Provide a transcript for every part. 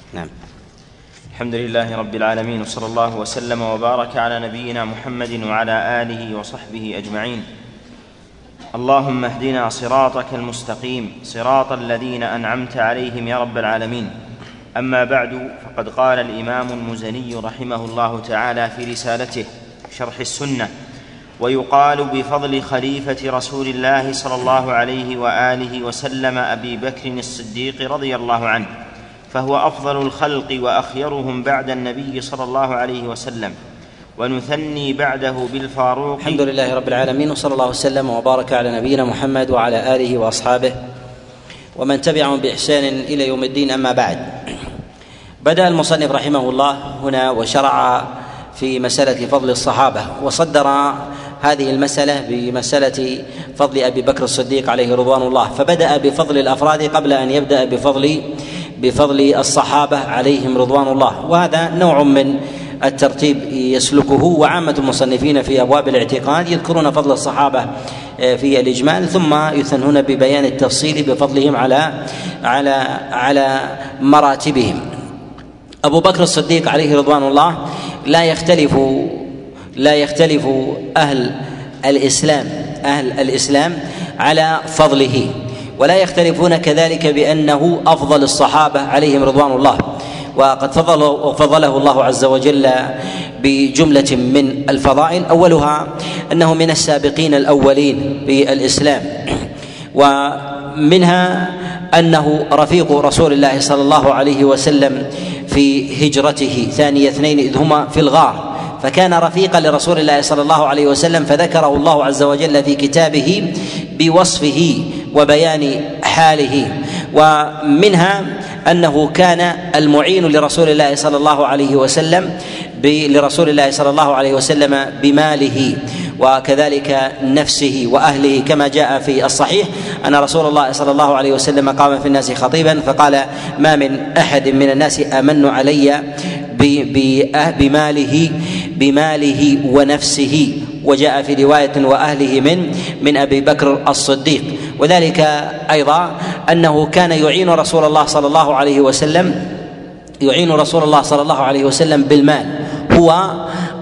نعم. الحمد لله رب العالمين، وصلى الله وسلم وبارك على نبينا محمد وعلى آله وصحبه أجمعين. اللهم اهدنا صراطك المستقيم، صراط الذين أنعمت عليهم يا رب العالمين. أما بعد، فقد قال الإمام المزني رحمه الله تعالى في رسالته شرح السنة: ويقال بفضل خليفة رسول الله صلى الله عليه وآله وسلم أبي بكر الصديق رضي الله عنه، فهو أفضل الخلق وأخيرهم بعد النبي صلى الله عليه وسلم، ونثني بعده بالفاروق. الحمد لله رب العالمين، وصلى الله وسلم وبارك على نبينا محمد وعلى آله وأصحابه ومن تبعهم بإحسان إلى يوم الدين. أما بعد، بدأ المصنف رحمه الله هنا وشرع في مسألة فضل الصحابة، وصدر هذه المسألة بمسألة فضل أبي بكر الصديق عليه رضوان الله، فبدأ بفضل الأفراد قبل أن يبدأ بفضل الصحابة عليهم رضوان الله، وهذا نوع من الترتيب يسلكه. وعامة المصنفين في أبواب الاعتقاد يذكرون فضل الصحابة في الإجمال، ثم يثنون ببيان التفصيل بفضلهم على مراتبهم. أبو بكر الصديق عليه رضوان الله لا يختلف أهل الإسلام على فضله، ولا يختلفون كذلك بأنه أفضل الصحابة عليهم رضوان الله، وقد فضله الله عز وجل بجملة من الفضائل. أولها أنه من السابقين الأولين بالإسلام، ومنها أنه رفيق رسول الله صلى الله عليه وسلم في هجرته ثاني اثنين إذ هما في الغار، فكان رفيقا لرسول الله صلى الله عليه وسلم، فذكره الله عز وجل في كتابه بوصفه وبيان حاله. ومنها أنه كان المعين لرسول الله صلى الله عليه وسلم بماله، وكذلك نفسه وأهله، كما جاء في الصحيح أن رسول الله صلى الله عليه وسلم قام في الناس خطيبا فقال: ما من أحد من الناس أمن علي بماله ونفسه، وجاء في رواية وأهله من أبي بكر الصديق. وذلك أيضا أنه كان يعين رسول الله صلى الله عليه وسلم بالمال، هو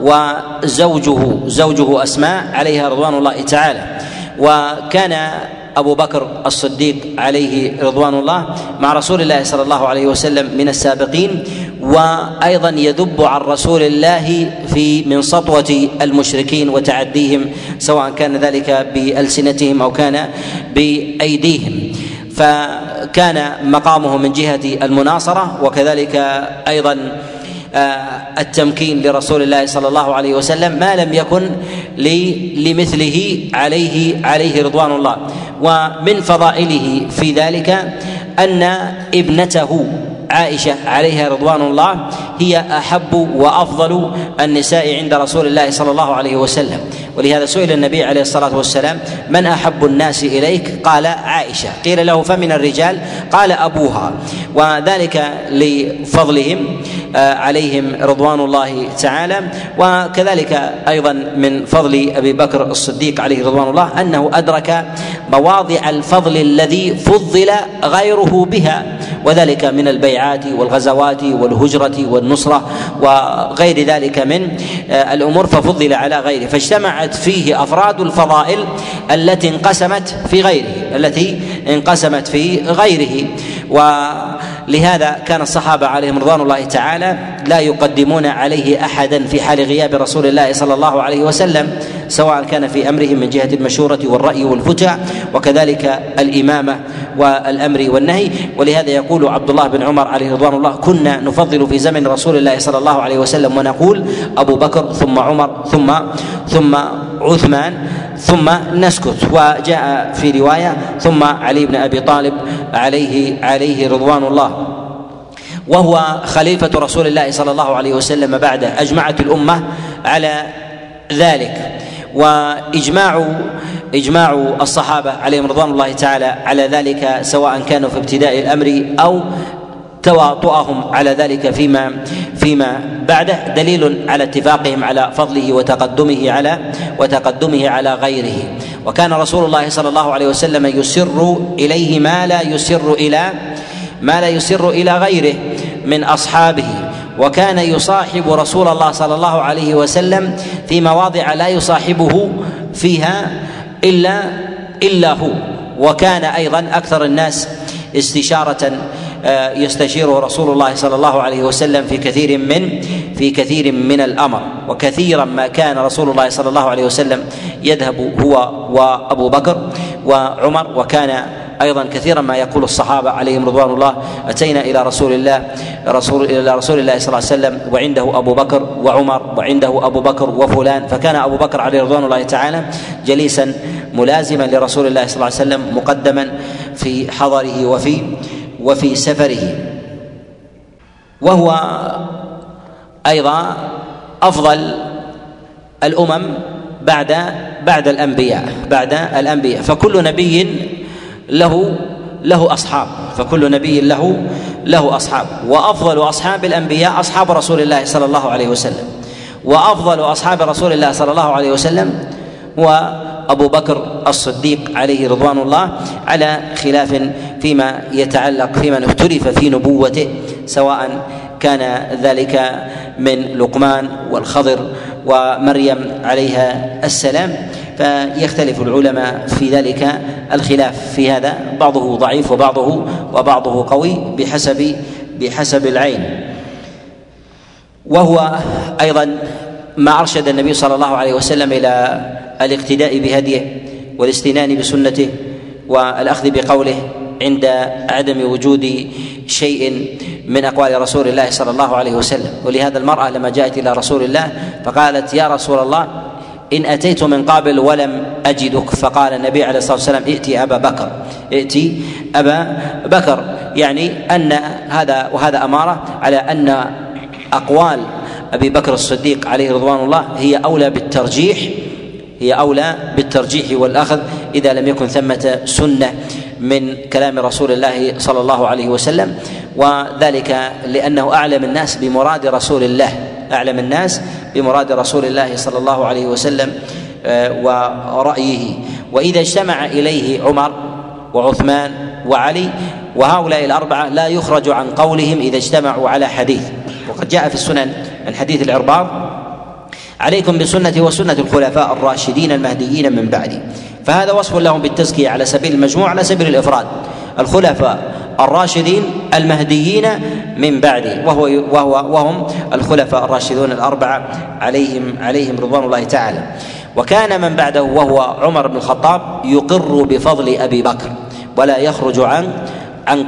وزوجه أسماء عليها رضوان الله تعالى. وكان أبو بكر الصديق عليه رضوان الله مع رسول الله صلى الله عليه وسلم من السابقين، وأيضا يذب عن رسول الله من سطوة المشركين وتعديهم، سواء كان ذلك بألسنتهم أو كان بأيديهم، فكان مقامه من جهة المناصرة، وكذلك أيضا التمكين لرسول الله صلى الله عليه وسلم ما لم يكن لمثله عليه رضوان الله. ومن فضائله في ذلك أن ابنته عائشة عليها رضوان الله هي أحب وأفضل النساء عند رسول الله صلى الله عليه وسلم، ولهذا سئل النبي عليه الصلاة والسلام: من أحب الناس إليك؟ قال: عائشة. قيل له: فمن الرجال؟ قال: أبوها. وذلك لفضلهم عليهم رضوان الله تعالى. وكذلك أيضا من فضل أبي بكر الصديق عليه رضوان الله أنه أدرك مواضع الفضل الذي فضل غيره بها، وذلك من البيعات والغزوات والهجرة والنصرة وغير ذلك من الأمور، ففضل على غيره، فاجتمعت فيه أفراد الفضائل التي انقسمت في غيره. ولهذا كان الصحابة عليهم رضوان الله تعالى لا يقدمون عليه أحدا في حال غياب رسول الله صلى الله عليه وسلم، سواء كان في أمرهم من جهة المشورة والرأي والفتى، وكذلك الإمامة والأمر والنهي. ولهذا يقول عبد الله بن عمر عليه رضوان الله: كنا نفضل في زمن رسول الله صلى الله عليه وسلم ونقول أبو بكر ثم عمر ثم عثمان ثم نسكت. وجاء في رواية: ثم علي بن أبي طالب عليه رضوان الله، وهو خليفة رسول الله صلى الله عليه وسلم بعده. أجمعت الأمة على ذلك، وإجماع الصحابة عليهم رضوان الله تعالى على ذلك، سواء كانوا في ابتداء الأمر أو تواطؤهم على ذلك فيما بعده، دليل على اتفاقهم على فضله وتقدمه على غيره. وكان رسول الله صلى الله عليه وسلم يسر إليه ما لا يسر إلى غيره من أصحابه، وكان يصاحب رسول الله صلى الله عليه وسلم في مواضع لا يصاحبه فيها إلا هو، وكان أيضا أكثر الناس استشارة يستشيره رسول الله صلى الله عليه وسلم في كثير من الأمر. وكثيرا ما كان رسول الله صلى الله عليه وسلم يذهب هو وأبو بكر وعمر، وكان أيضا كثيرا ما يقول الصحابة عليهم رضوان الله: أتينا إلى رسول الله صلى الله عليه وسلم وعنده أبو بكر وعمر وعنده أبو بكر وفلان. فكان أبو بكر عليه رضوان الله تعالى جليسا ملازما لرسول الله صلى الله عليه وسلم، مقدما في حضره وفي سفره، وهو أيضا أفضل الأمم بعد الأنبياء. فكل نبي له أصحاب، وأفضل أصحاب الأنبياء أصحاب رسول الله صلى الله عليه وسلم، وأفضل أصحاب رسول الله صلى الله عليه وسلم هو أبو بكر الصديق عليه رضوان الله، على خلاف فيما اختلف في نبوته، سواء كان ذلك من لقمان والخضر ومريم عليها السلام، فيختلف العلماء في ذلك الخلاف في هذا، بعضه ضعيف وبعضه قوي بحسب العين. وهو أيضا ما أرشد النبي صلى الله عليه وسلم إلى الاقتداء بهديه والاستنان بسنته والأخذ بقوله عند عدم وجود شيء من أقوال رسول الله صلى الله عليه وسلم. ولهذا المرأة لما جاءت إلى رسول الله فقالت: يا رسول الله، إن أتيت من قبل ولم أجدك. فقال النبي عليه الصلاة والسلام: ائتي أبا بكر، يعني أن هذا أمارة على أن أقوال أبي بكر الصديق عليه رضوان الله هي أولى بالترجيح والأخذ إذا لم يكن ثمة سنة من كلام رسول الله صلى الله عليه وسلم، وذلك لأنه أعلم الناس بمراد رسول الله صلى الله عليه وسلم ورأيه. وإذا اجتمع إليه عمر وعثمان وعلي، وهؤلاء الأربعة لا يخرج عن قولهم إذا اجتمعوا على حديث. وقد جاء في السنن من حديث العرباض: عليكم بسنتي وسنة الخلفاء الراشدين المهديين من بعدي. فهذا وصف لهم بالتزكية على سبيل المجموع، على سبيل الإفراد: الخلفاء الراشدين المهديين من بعدي، وهم الخلفاء الراشدون الأربعة عليهم رضوان الله تعالى. وكان من بعده وهو عمر بن الخطاب يقر بفضل أبي بكر ولا يخرج عن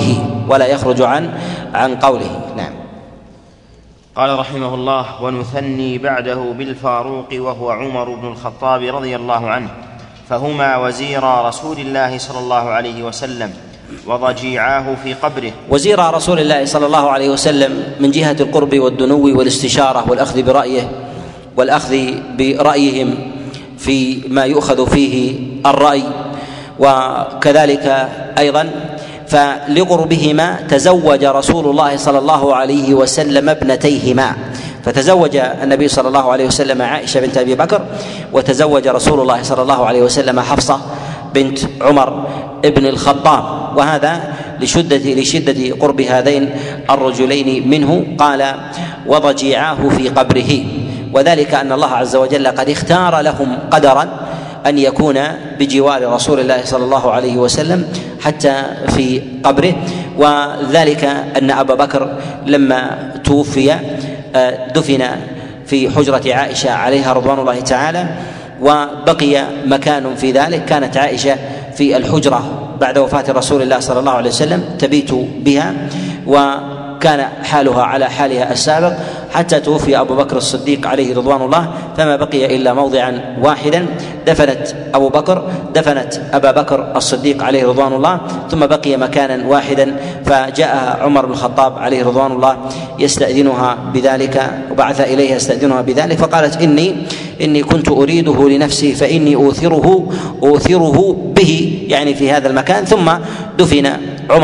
قوله. نعم. قال رحمه الله: ونثني بعده بالفاروق وهو عمر بن الخطاب رضي الله عنه، فهما وزيرا رسول الله صلى الله عليه وسلم وضجيعاه في قبره. وزيرا رسول الله صلى الله عليه وسلم من جهة القرب والدنو والاستشارة والأخذ برأيهم في ما يؤخذ فيه الرأي، وكذلك أيضا فلقربهما تزوج رسول الله صلى الله عليه وسلم ابنتيهما، فتزوج النبي صلى الله عليه وسلم عائشة بنت أبي بكر، وتزوج رسول الله صلى الله عليه وسلم حفصة بنت عمر ابن الخطاب، وهذا لشدة قرب هذين الرجلين منه. قال: وضجيعاه في قبره، وذلك أن الله عز وجل قد اختار لهم قدرا أن يكون بجوار رسول الله صلى الله عليه وسلم حتى في قبره. وذلك أن أبا بكر لما توفي دفن في حجرة عائشة عليها رضوان الله تعالى، وبقي مكان في ذلك. كانت عائشة في الحجرة بعد وفاة رسول الله صلى الله عليه وسلم تبيت بها، وكان حالها على حالها السابق حتى توفي أبو بكر الصديق عليه رضوان الله، فما بقي إلا موضعا واحدا دفنت أبا بكر الصديق عليه رضوان الله، ثم بقي مكانا واحدا، فجاء عمر بن الخطاب عليه رضوان الله يستأذنها بذلك، وبعث إليها يستأذنها بذلك، فقالت: إني كنت أريده لنفسي فإني أوثره به، يعني في هذا المكان. ثم دفن عمر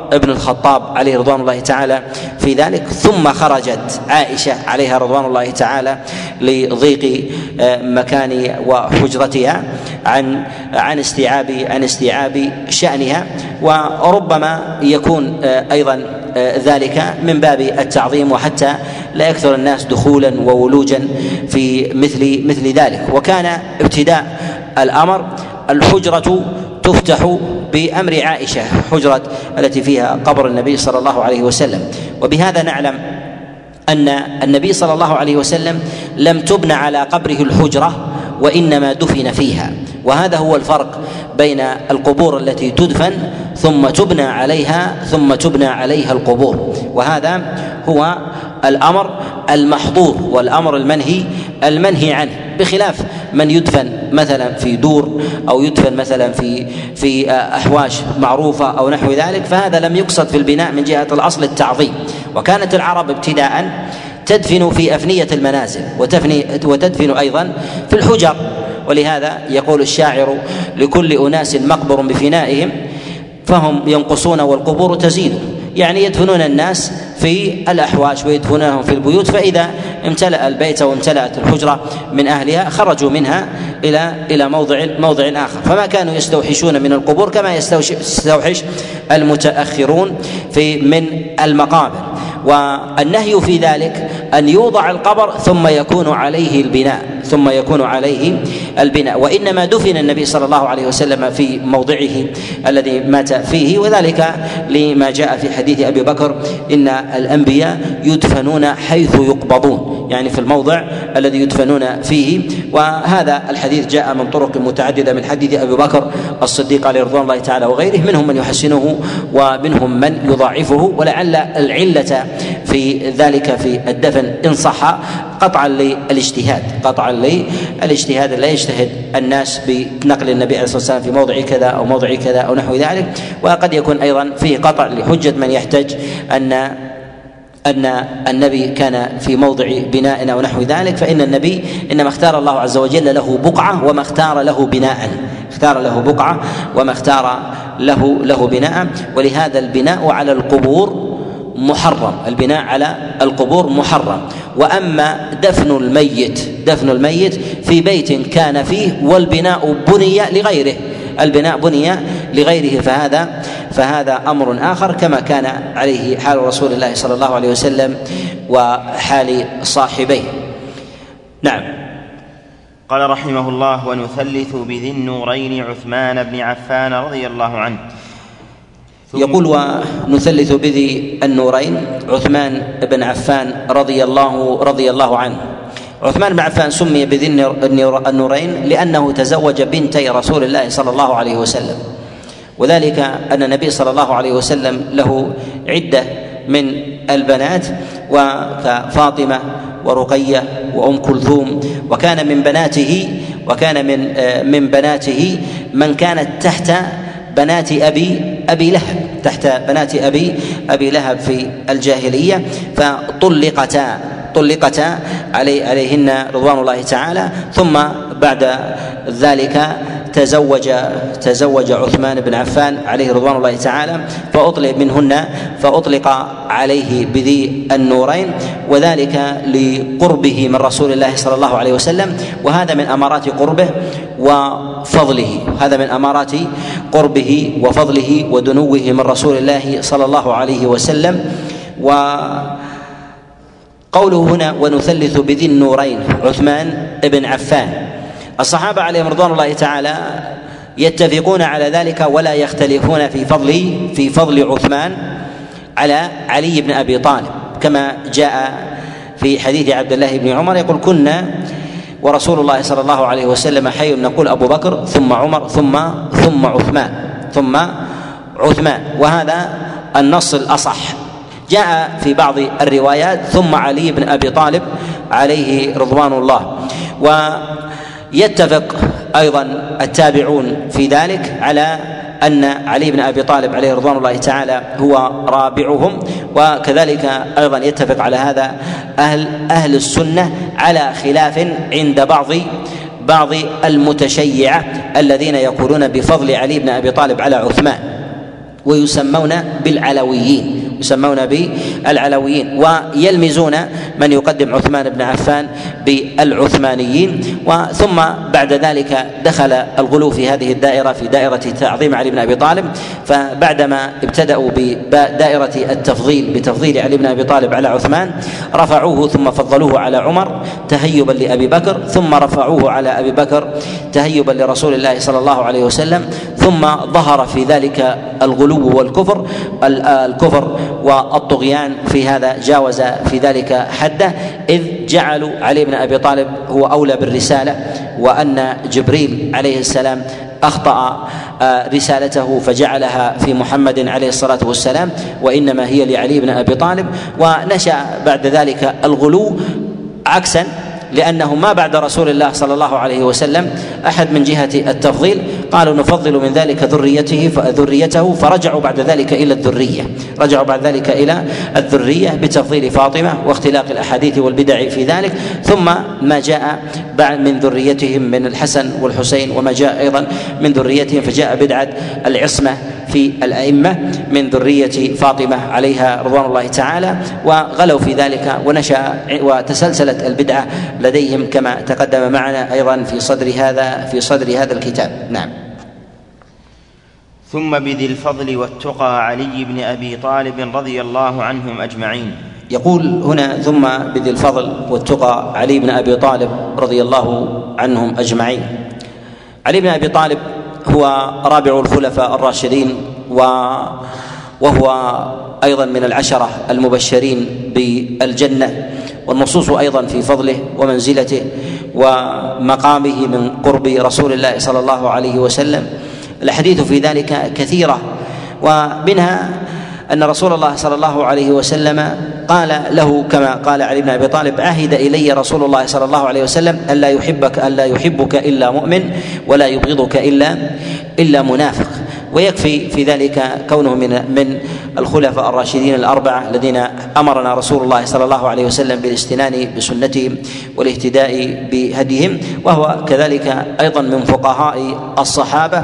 بن الخطاب عليه رضوان الله تعالى في ذلك. ثم خرجت عائشة عليها رضوان الله تعالى لضيق مكان وحجرتها عن استيعاب شأنها. وربما يكون أيضا ذلك من باب التعظيم، وحتى لا يكثر الناس دخولا وولوجا في مثل ذلك. وكان ابتداء الأمر الحجرة تفتح بأمر عائشة، حجرة التي فيها قبر النبي صلى الله عليه وسلم. وبهذا نعلم أن النبي صلى الله عليه وسلم لم تبنى على قبره الحجرة، وإنما دفن فيها. وهذا هو الفرق بين القبور التي تدفن ثم تبنى عليها القبور، وهذا هو الأمر المحظور والأمر المنهي عنه، بخلاف من يدفن مثلا في دور أو يدفن مثلا في أحواش معروفة أو نحو ذلك، فهذا لم يقصد في البناء من جهة الأصل التعظيم. وكانت العرب ابتداء تدفن في أفنية المنازل وتدفن أيضا في الحجر. ولهذا يقول الشاعر: لكل أناس مقبر بفنائهم فهم ينقصون والقبور تزيد. يعني يدفنون الناس في الأحواش ويدفنونهم في البيوت، فإذا امتلأ البيت وامتلأت الحجرة من أهلها خرجوا منها إلى موضع آخر. فما كانوا يستوحشون من القبور كما يستوحش المتأخرون من المقابر. والنهي في ذلك أن يوضع القبر ثم يكون عليه البناء. وإنما دفن النبي صلى الله عليه وسلم في موضعه الذي مات فيه، وذلك لما جاء في حديث أبي بكر: إن الأنبياء يدفنون حيث يقبضون، يعني في الموضع الذي يدفنون فيه. وهذا الحديث جاء من طرق متعددة من حديث أبي بكر الصديق عليه رضوان الله تعالى وغيره، منهم من يحسنه ومنهم من يضاعفه. ولعل العلة في ذلك في الدفن إن صح قطعا للاجتهاد لا يجتهد الناس بنقل النبي عليه الصلاة والسلام في موضع كذا أو موضع كذا أو نحو ذلك. وقد يكون أيضا فيه قطع لحجة من يحتج أن النبي كان في موضع بناء أو نحو ذلك، فإن النبي إنما اختار الله عز وجل له بقعة وما اختار له بناء. ولهذا البناء على القبور محرم. وأما دفن الميت في بيت كان فيه والبناء بني لغيره فهذا أمر آخر، كما كان عليه حال رسول الله صلى الله عليه وسلم وحال صاحبيه. نعم. قال رحمه الله: ونثلث بذي النورين عثمان بن عفان رضي الله عنه. يقول: ونثلث بذي النورين عثمان بن عفان رضي الله عنه. عثمان بن عفان سمي بذي النورين لأنه تزوج بنتي رسول الله صلى الله عليه وسلم، وذلك أن النبي صلى الله عليه وسلم له عدة من البنات، وكفاطمة ورقية وأم كلثوم. وكان من بناته من كانت تحت بنات أبي لهب في الجاهلية، فطلقتا عليهن رضوان الله تعالى. ثم بعد ذلك تزوج عثمان بن عفان عليه رضوان الله تعالى، فأطلق عليه بذي النورين، وذلك لقربه من رسول الله صلى الله عليه وسلم. وهذا من أمارات قربه وفضله ودنوه من رسول الله صلى الله عليه وسلم. وقوله هنا: ونثلث بذي النورين عثمان بن عفان، الصحابة عليهم رضوان الله تعالى يتفقون على ذلك ولا يختلفون في فضل عثمان على علي بن أبي طالب، كما جاء في حديث عبد الله بن عمر يقول: كنا ورسول الله صلى الله عليه وسلم حي نقول أبو بكر ثم عمر ثم عثمان. وهذا النص الأصح. جاء في بعض الروايات ثم علي بن أبي طالب عليه رضوان الله. ويتفق أيضا التابعون في ذلك على أن علي بن أبي طالب عليه رضوان الله تعالى هو رابعهم. وكذلك أيضا يتفق على هذا أهل السنة، على خلاف عند بعض المتشيعة الذين يقولون بفضل علي بن أبي طالب على عثمان. ويسمون بالعلويين ويلمزون من يقدم عثمان بن عفان بالعثمانيين. ثم بعد ذلك دخل الغلو في هذه الدائرة، في دائرة تعظيم علي بن أبي طالب. فبعدما ابتدأوا بدائرة التفضيل بتفضيل علي بن أبي طالب على عثمان، رفعوه ثم فضلوه على عمر تهيبا لأبي بكر، ثم رفعوه على أبي بكر تهيبا لرسول الله صلى الله عليه وسلم. ثم ظهر في ذلك الغلو والكفر والطغيان، في هذا جاوز في ذلك حده، إذ جعلوا علي بن أبي طالب هو أولى بالرسالة، وأن جبريل عليه السلام أخطأ رسالته فجعلها في محمد عليه الصلاة والسلام، وإنما هي لعلي بن أبي طالب. ونشأ بعد ذلك الغلو عكسا، لأنه ما بعد رسول الله صلى الله عليه وسلم أحد من جهة التفضيل، قالوا نفضل من ذلك ذريته، فرجعوا بعد ذلك إلى الذرية بتفضيل فاطمة واختلاق الأحاديث والبدع في ذلك. ثم ما جاء بعد من ذريتهم من الحسن والحسين، وما جاء أيضا من ذريتهم، فجاء بدعة العصمة في الأئمة من ذرية فاطمة عليها رضوان الله تعالى، وغلوا في ذلك ونشأ وتسلسلت البدعة لديهم كما تقدم معنا أيضا في صدر هذا الكتاب. نعم. ثم بذي الفضل والتقى علي بن أبي طالب رضي الله عنهم أجمعين. يقول هنا ثم بذي الفضل والتقى علي بن أبي طالب رضي الله عنهم أجمعين. علي بن أبي طالب هو رابع الخلفاء الراشدين، وهو أيضا من العشرة المبشرين بالجنة، والنصوص أيضا في فضله ومنزلته ومقامه من قرب رسول الله صلى الله عليه وسلم. الحديث في ذلك كثيرة، ومنها أن رسول الله صلى الله عليه وسلم قال له كما قال علي بن أبي طالب: عهد إلي رسول الله صلى الله عليه وسلم ألا يحبك إلا مؤمن ولا يبغضك إلا منافق. ويكفي في ذلك كونه من الخلفاء الراشدين الأربعة الذين أمرنا رسول الله صلى الله عليه وسلم بالاستنان بسنتهم والاهتداء بهديهم، وهو كذلك أيضا من فقهاء الصحابة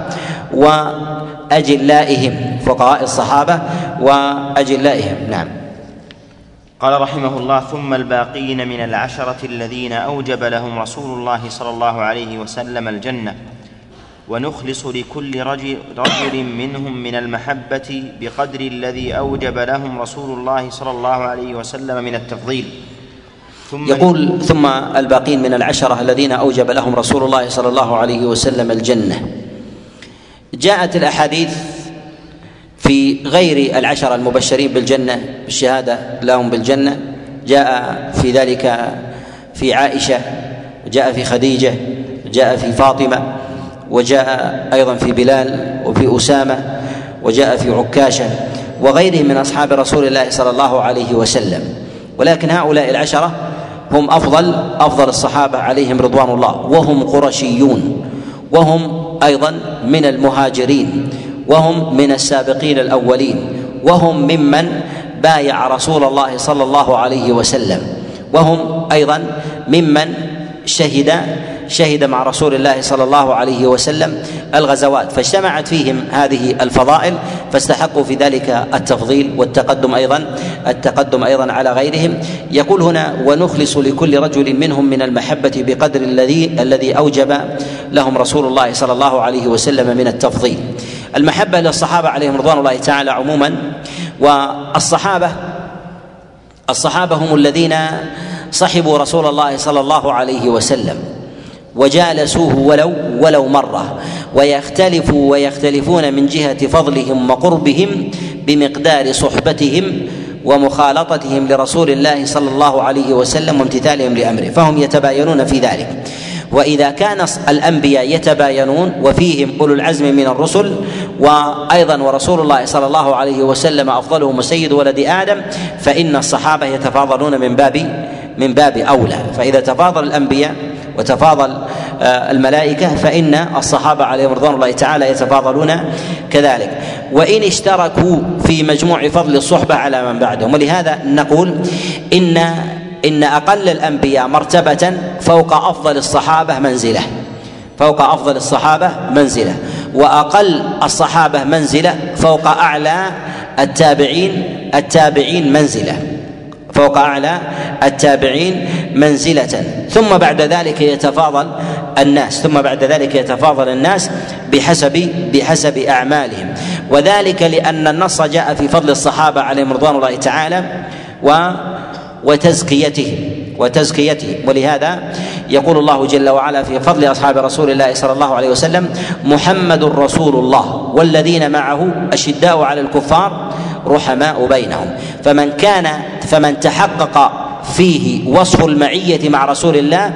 وأجلائهم. نعم. قال رحمه الله: ثم الباقين من العشرة الذين أوجب لهم رسول الله صلى الله عليه وسلم الجنة، ونخلص لكل رجل منهم من المحبة بقدر الذي أوجب لهم رسول الله صلى الله عليه وسلم من التفضيل. يقول: ثم الباقين من العشرة الذين أوجب لهم رسول الله صلى الله عليه وسلم الجنة. جاءت الأحاديث في غير العشرة المبشرين بالجنة بالشهادة لهم بالجنة، جاء في ذلك في عائشة، جاء في خديجة، جاء في فاطمة، وجاء أيضا في بلال وفي أسامة، وجاء في عكاشة وغيرهم من أصحاب رسول الله صلى الله عليه وسلم. ولكن هؤلاء العشرة هم أفضل الصحابة عليهم رضوان الله، وهم قرشيون، وهم أيضا من المهاجرين، وهم من السابقين الأولين، وهم ممن بايع رسول الله صلى الله عليه وسلم، وهم أيضا ممن شهد مع رسول الله صلى الله عليه وسلم الغزوات، فاجتمعت فيهم هذه الفضائل، فاستحقوا في ذلك التفضيل والتقدم أيضا على غيرهم. يقول هنا: ونخلص لكل رجل منهم من المحبة بقدر الذي أوجب لهم رسول الله صلى الله عليه وسلم من التفضيل. المحبة للصحابة عليهم رضوان الله تعالى عموما، والصحابة هم الذين صحبوا رسول الله صلى الله عليه وسلم وجالسوه ولو مرة، ويختلفون من جهة فضلهم وقربهم بمقدار صحبتهم ومخالطتهم لرسول الله صلى الله عليه وسلم وامتثالهم لأمره، فهم يتباينون في ذلك. وإذا كان الأنبياء يتباينون وفيهم أولو العزم من الرسل، وأيضا ورسول الله صلى الله عليه وسلم أفضلهم وسيد ولد آدم، فإن الصحابة يتفاضلون من باب أولى. فإذا تفاضل الأنبياء وتفاضل الملائكة، فإن الصحابة عليهم رضوان الله تعالى يتفاضلون كذلك، وإن اشتركوا في مجموع فضل الصحبة على من بعدهم. ولهذا نقول إن أقل الأنبياء مرتبة فوق أفضل الصحابة منزلة، وأقل الصحابة منزلة فوق أعلى التابعين منزلة، فوق أعلى التابعين منزلة. ثم بعد ذلك يتفاضل الناس بحسب أعمالهم، وذلك لأن النص جاء في فضل الصحابة عليهم رضوان الله تعالى وتزكيتهم. ولهذا يقول الله جل وعلا في فضل أصحاب رسول الله صلى الله عليه وسلم: محمد رسول الله والذين معه أشداء على الكفار رحماء بينهم. فمن تحقق فيه وصف المعية مع رسول الله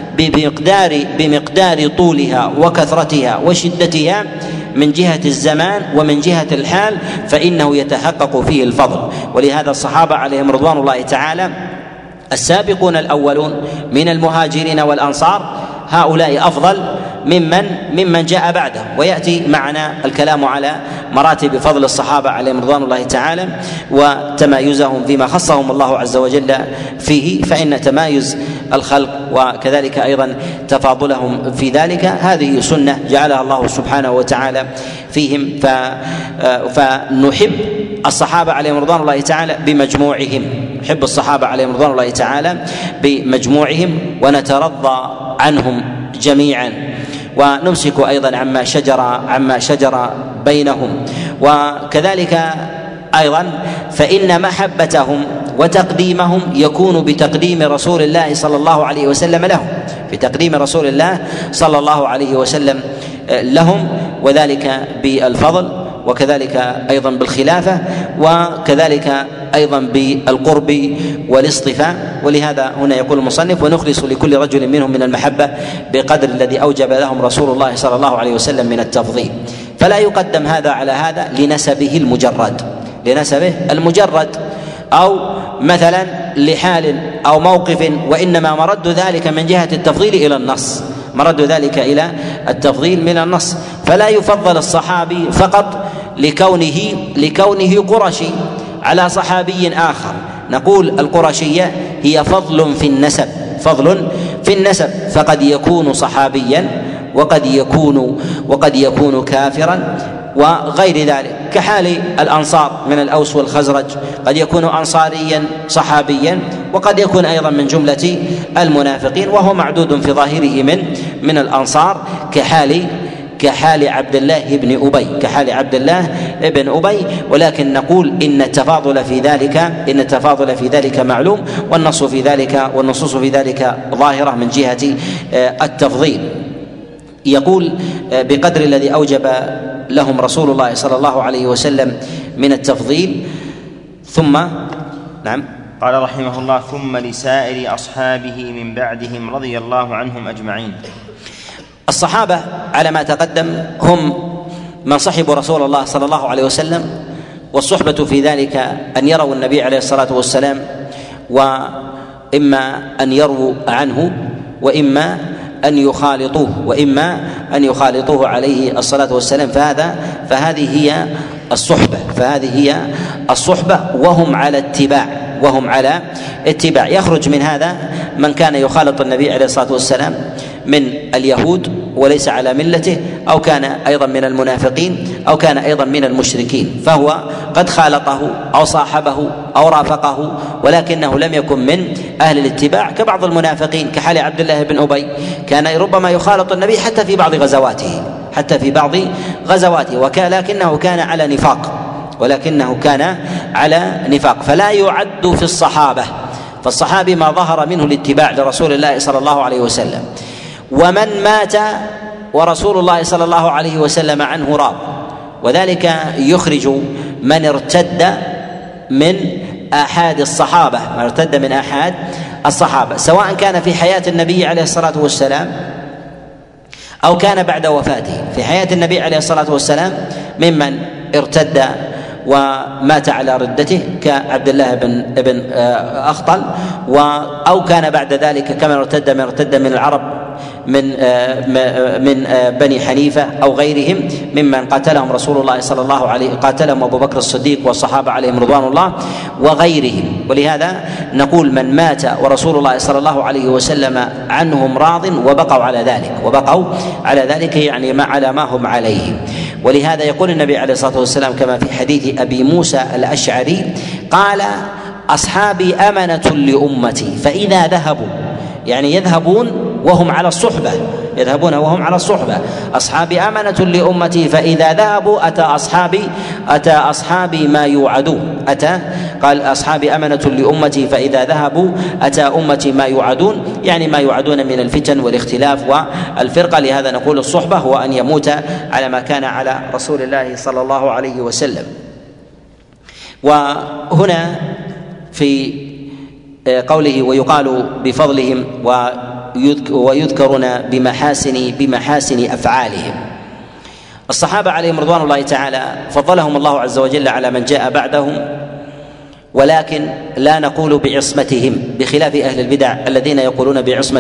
بمقدار طولها وكثرتها وشدتها من جهة الزمان ومن جهة الحال فإنه يتحقق فيه الفضل. ولهذا الصحابة عليهم رضوان الله تعالى السابقون الأولون من المهاجرين والأنصار هؤلاء أفضل ممن جاء بعده، ويأتي معنا الكلام على مراتب فضل الصحابة عليهم رضوان الله تعالى وتمايزهم فيما خصهم الله عز وجل فيه. فإن تمايز الخلق وكذلك أيضا تفاضلهم في ذلك هذه سنة جعلها الله سبحانه وتعالى فيهم، فنحب الصحابة عليهم رضوان الله تعالى بمجموعهم، نحب الصحابة عليهم رضوان الله تعالى بمجموعهم ونترضى عنهم جميعا، ونمسك أيضا عما شجر بينهم. وكذلك أيضا فإن محبتهم وتقديمهم يكون بتقديم رسول الله صلى الله عليه وسلم لهم، بتقديم رسول الله صلى الله عليه وسلم لهم، وذلك بالفضل وكذلك أيضا بالخلافة وكذلك أيضا بالقرب والاصطفاء. ولهذا هنا يقول المصنف: ونخلص لكل رجل منهم من المحبة بقدر الذي أوجب لهم رسول الله صلى الله عليه وسلم من التفضيل. فلا يقدم هذا على هذا لنسبه المجرد أو مثلا لحال أو موقف، وإنما مرد ذلك من جهة التفضيل إلى النص، فلا يفضل الصحابي فقط لكونه قرشي على صحابي آخر. نقول القرشية هي فضل في النسب، فقد يكون صحابيا وقد يكون كافرا وغير ذلك، كحال الأنصار من الأوس والخزرج، قد يكون أنصاريا صحابيا وقد يكون أيضا من جملة المنافقين وهو معدود في ظاهره من الأنصار، كحال عبد الله بن أبي. ولكن نقول إن التفاضل في ذلك معلوم، والنصوص في ذلك ظاهرة من جهة التفضيل. يقول: بقدر الذي أوجب لهم رسول الله صلى الله عليه وسلم من التفضيل. ثم قال رحمه الله: ثم لسائر أصحابه من بعدهم رضي الله عنهم أجمعين. الصحابة على ما تقدم هم من صحبوا رسول الله صلى الله عليه وسلم، والصحبة في ذلك أن يروا النبي عليه الصلاة والسلام، وإما أن يروا عنه وإما أن يخالطوه عليه الصلاة والسلام. فهذه هي الصحبة وهم على اتباع. يخرج من هذا من كان يخالط النبي عليه الصلاة والسلام من اليهود وليس على ملته، أو كان أيضا من المنافقين، أو كان أيضا من المشركين، فهو قد خالطه أو صاحبه أو رافقه ولكنه لم يكن من أهل الاتباع، كبعض المنافقين كحال عبد الله بن أبي، كان ربما يخالط النبي حتى في بعض غزواته ولكنه كان على نفاق، فلا يعد في الصحابة. فالصحابي ما ظهر منه الاتباع لرسول الله صلى الله عليه وسلم، ومن مات ورسول الله صلى الله عليه وسلم عنه راض، وذلك يخرج من ارتد من آحاد الصحابة، سواء كان في حياة النبي عليه الصلاة والسلام أو كان بعد وفاته. في حياة النبي عليه الصلاة والسلام ممن ارتد ومات على ردته كعبد الله بن أخطل، أو كان بعد ذلك كما ارتد من العرب من بني حنيفة أو غيرهم ممن قاتلهم رسول الله صلى الله عليه قاتلهم أبو بكر الصديق والصحابة عليهم رضوان الله وغيرهم. ولهذا نقول من مات ورسول الله صلى الله عليه وسلم عنهم راض وبقوا على ذلك يعني على ما هم عليه. ولهذا يقول النبي عليه الصلاة والسلام كما في حديث أبي موسى الأشعري قال: أصحابي أمنة لأمتي فإذا ذهبوا، يعني يذهبون وهم على الصحبة، أصحابي أمنة لأمتي فإذا ذهبوا أتى أصحابي ما يوعدون. قال: أصحابي أمنة لأمتي فإذا ذهبوا أتى أمتي ما يوعدون، يعني ما يوعدون من الفتن والاختلاف والفرقة. لهذا نقول الصحبة هو أن يموت على ما كان على رسول الله صلى الله عليه وسلم. وهنا في قوله ويقال بفضلهم ويذكرون بمحاسن أفعالهم، الصحابة عليهم رضوان الله تعالى فضلهم الله عز وجل على من جاء بعدهم، ولكن لا نقول بعصمتهم بخلاف أهل البدع الذين يقولون بعصمة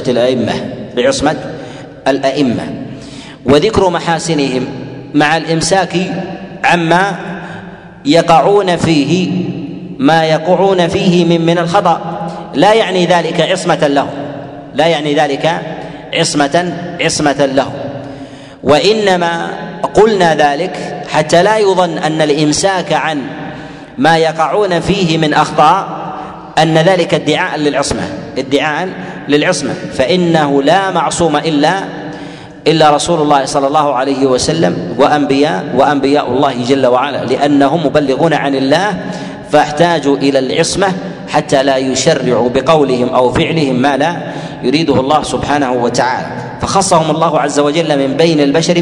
الأئمة. وذكر محاسنهم مع الإمساك عما يقعون فيه ما يقعون فيه من الخطأ لا يعني ذلك عصمة له، وإنما قلنا ذلك حتى لا يظن أن الإمساك عن ما يقعون فيه من أخطاء أن ذلك ادعاء للعصمة، فإنه لا معصوم إلا رسول الله صلى الله عليه وسلم وأنبياء الله جل وعلا، لأنهم مبلغون عن الله فاحتاجوا إلى العصمة حتى لا يشرعوا بقولهم أو فعلهم ما لا يريده الله سبحانه وتعالى. فخصهم الله عز وجل من بين البشر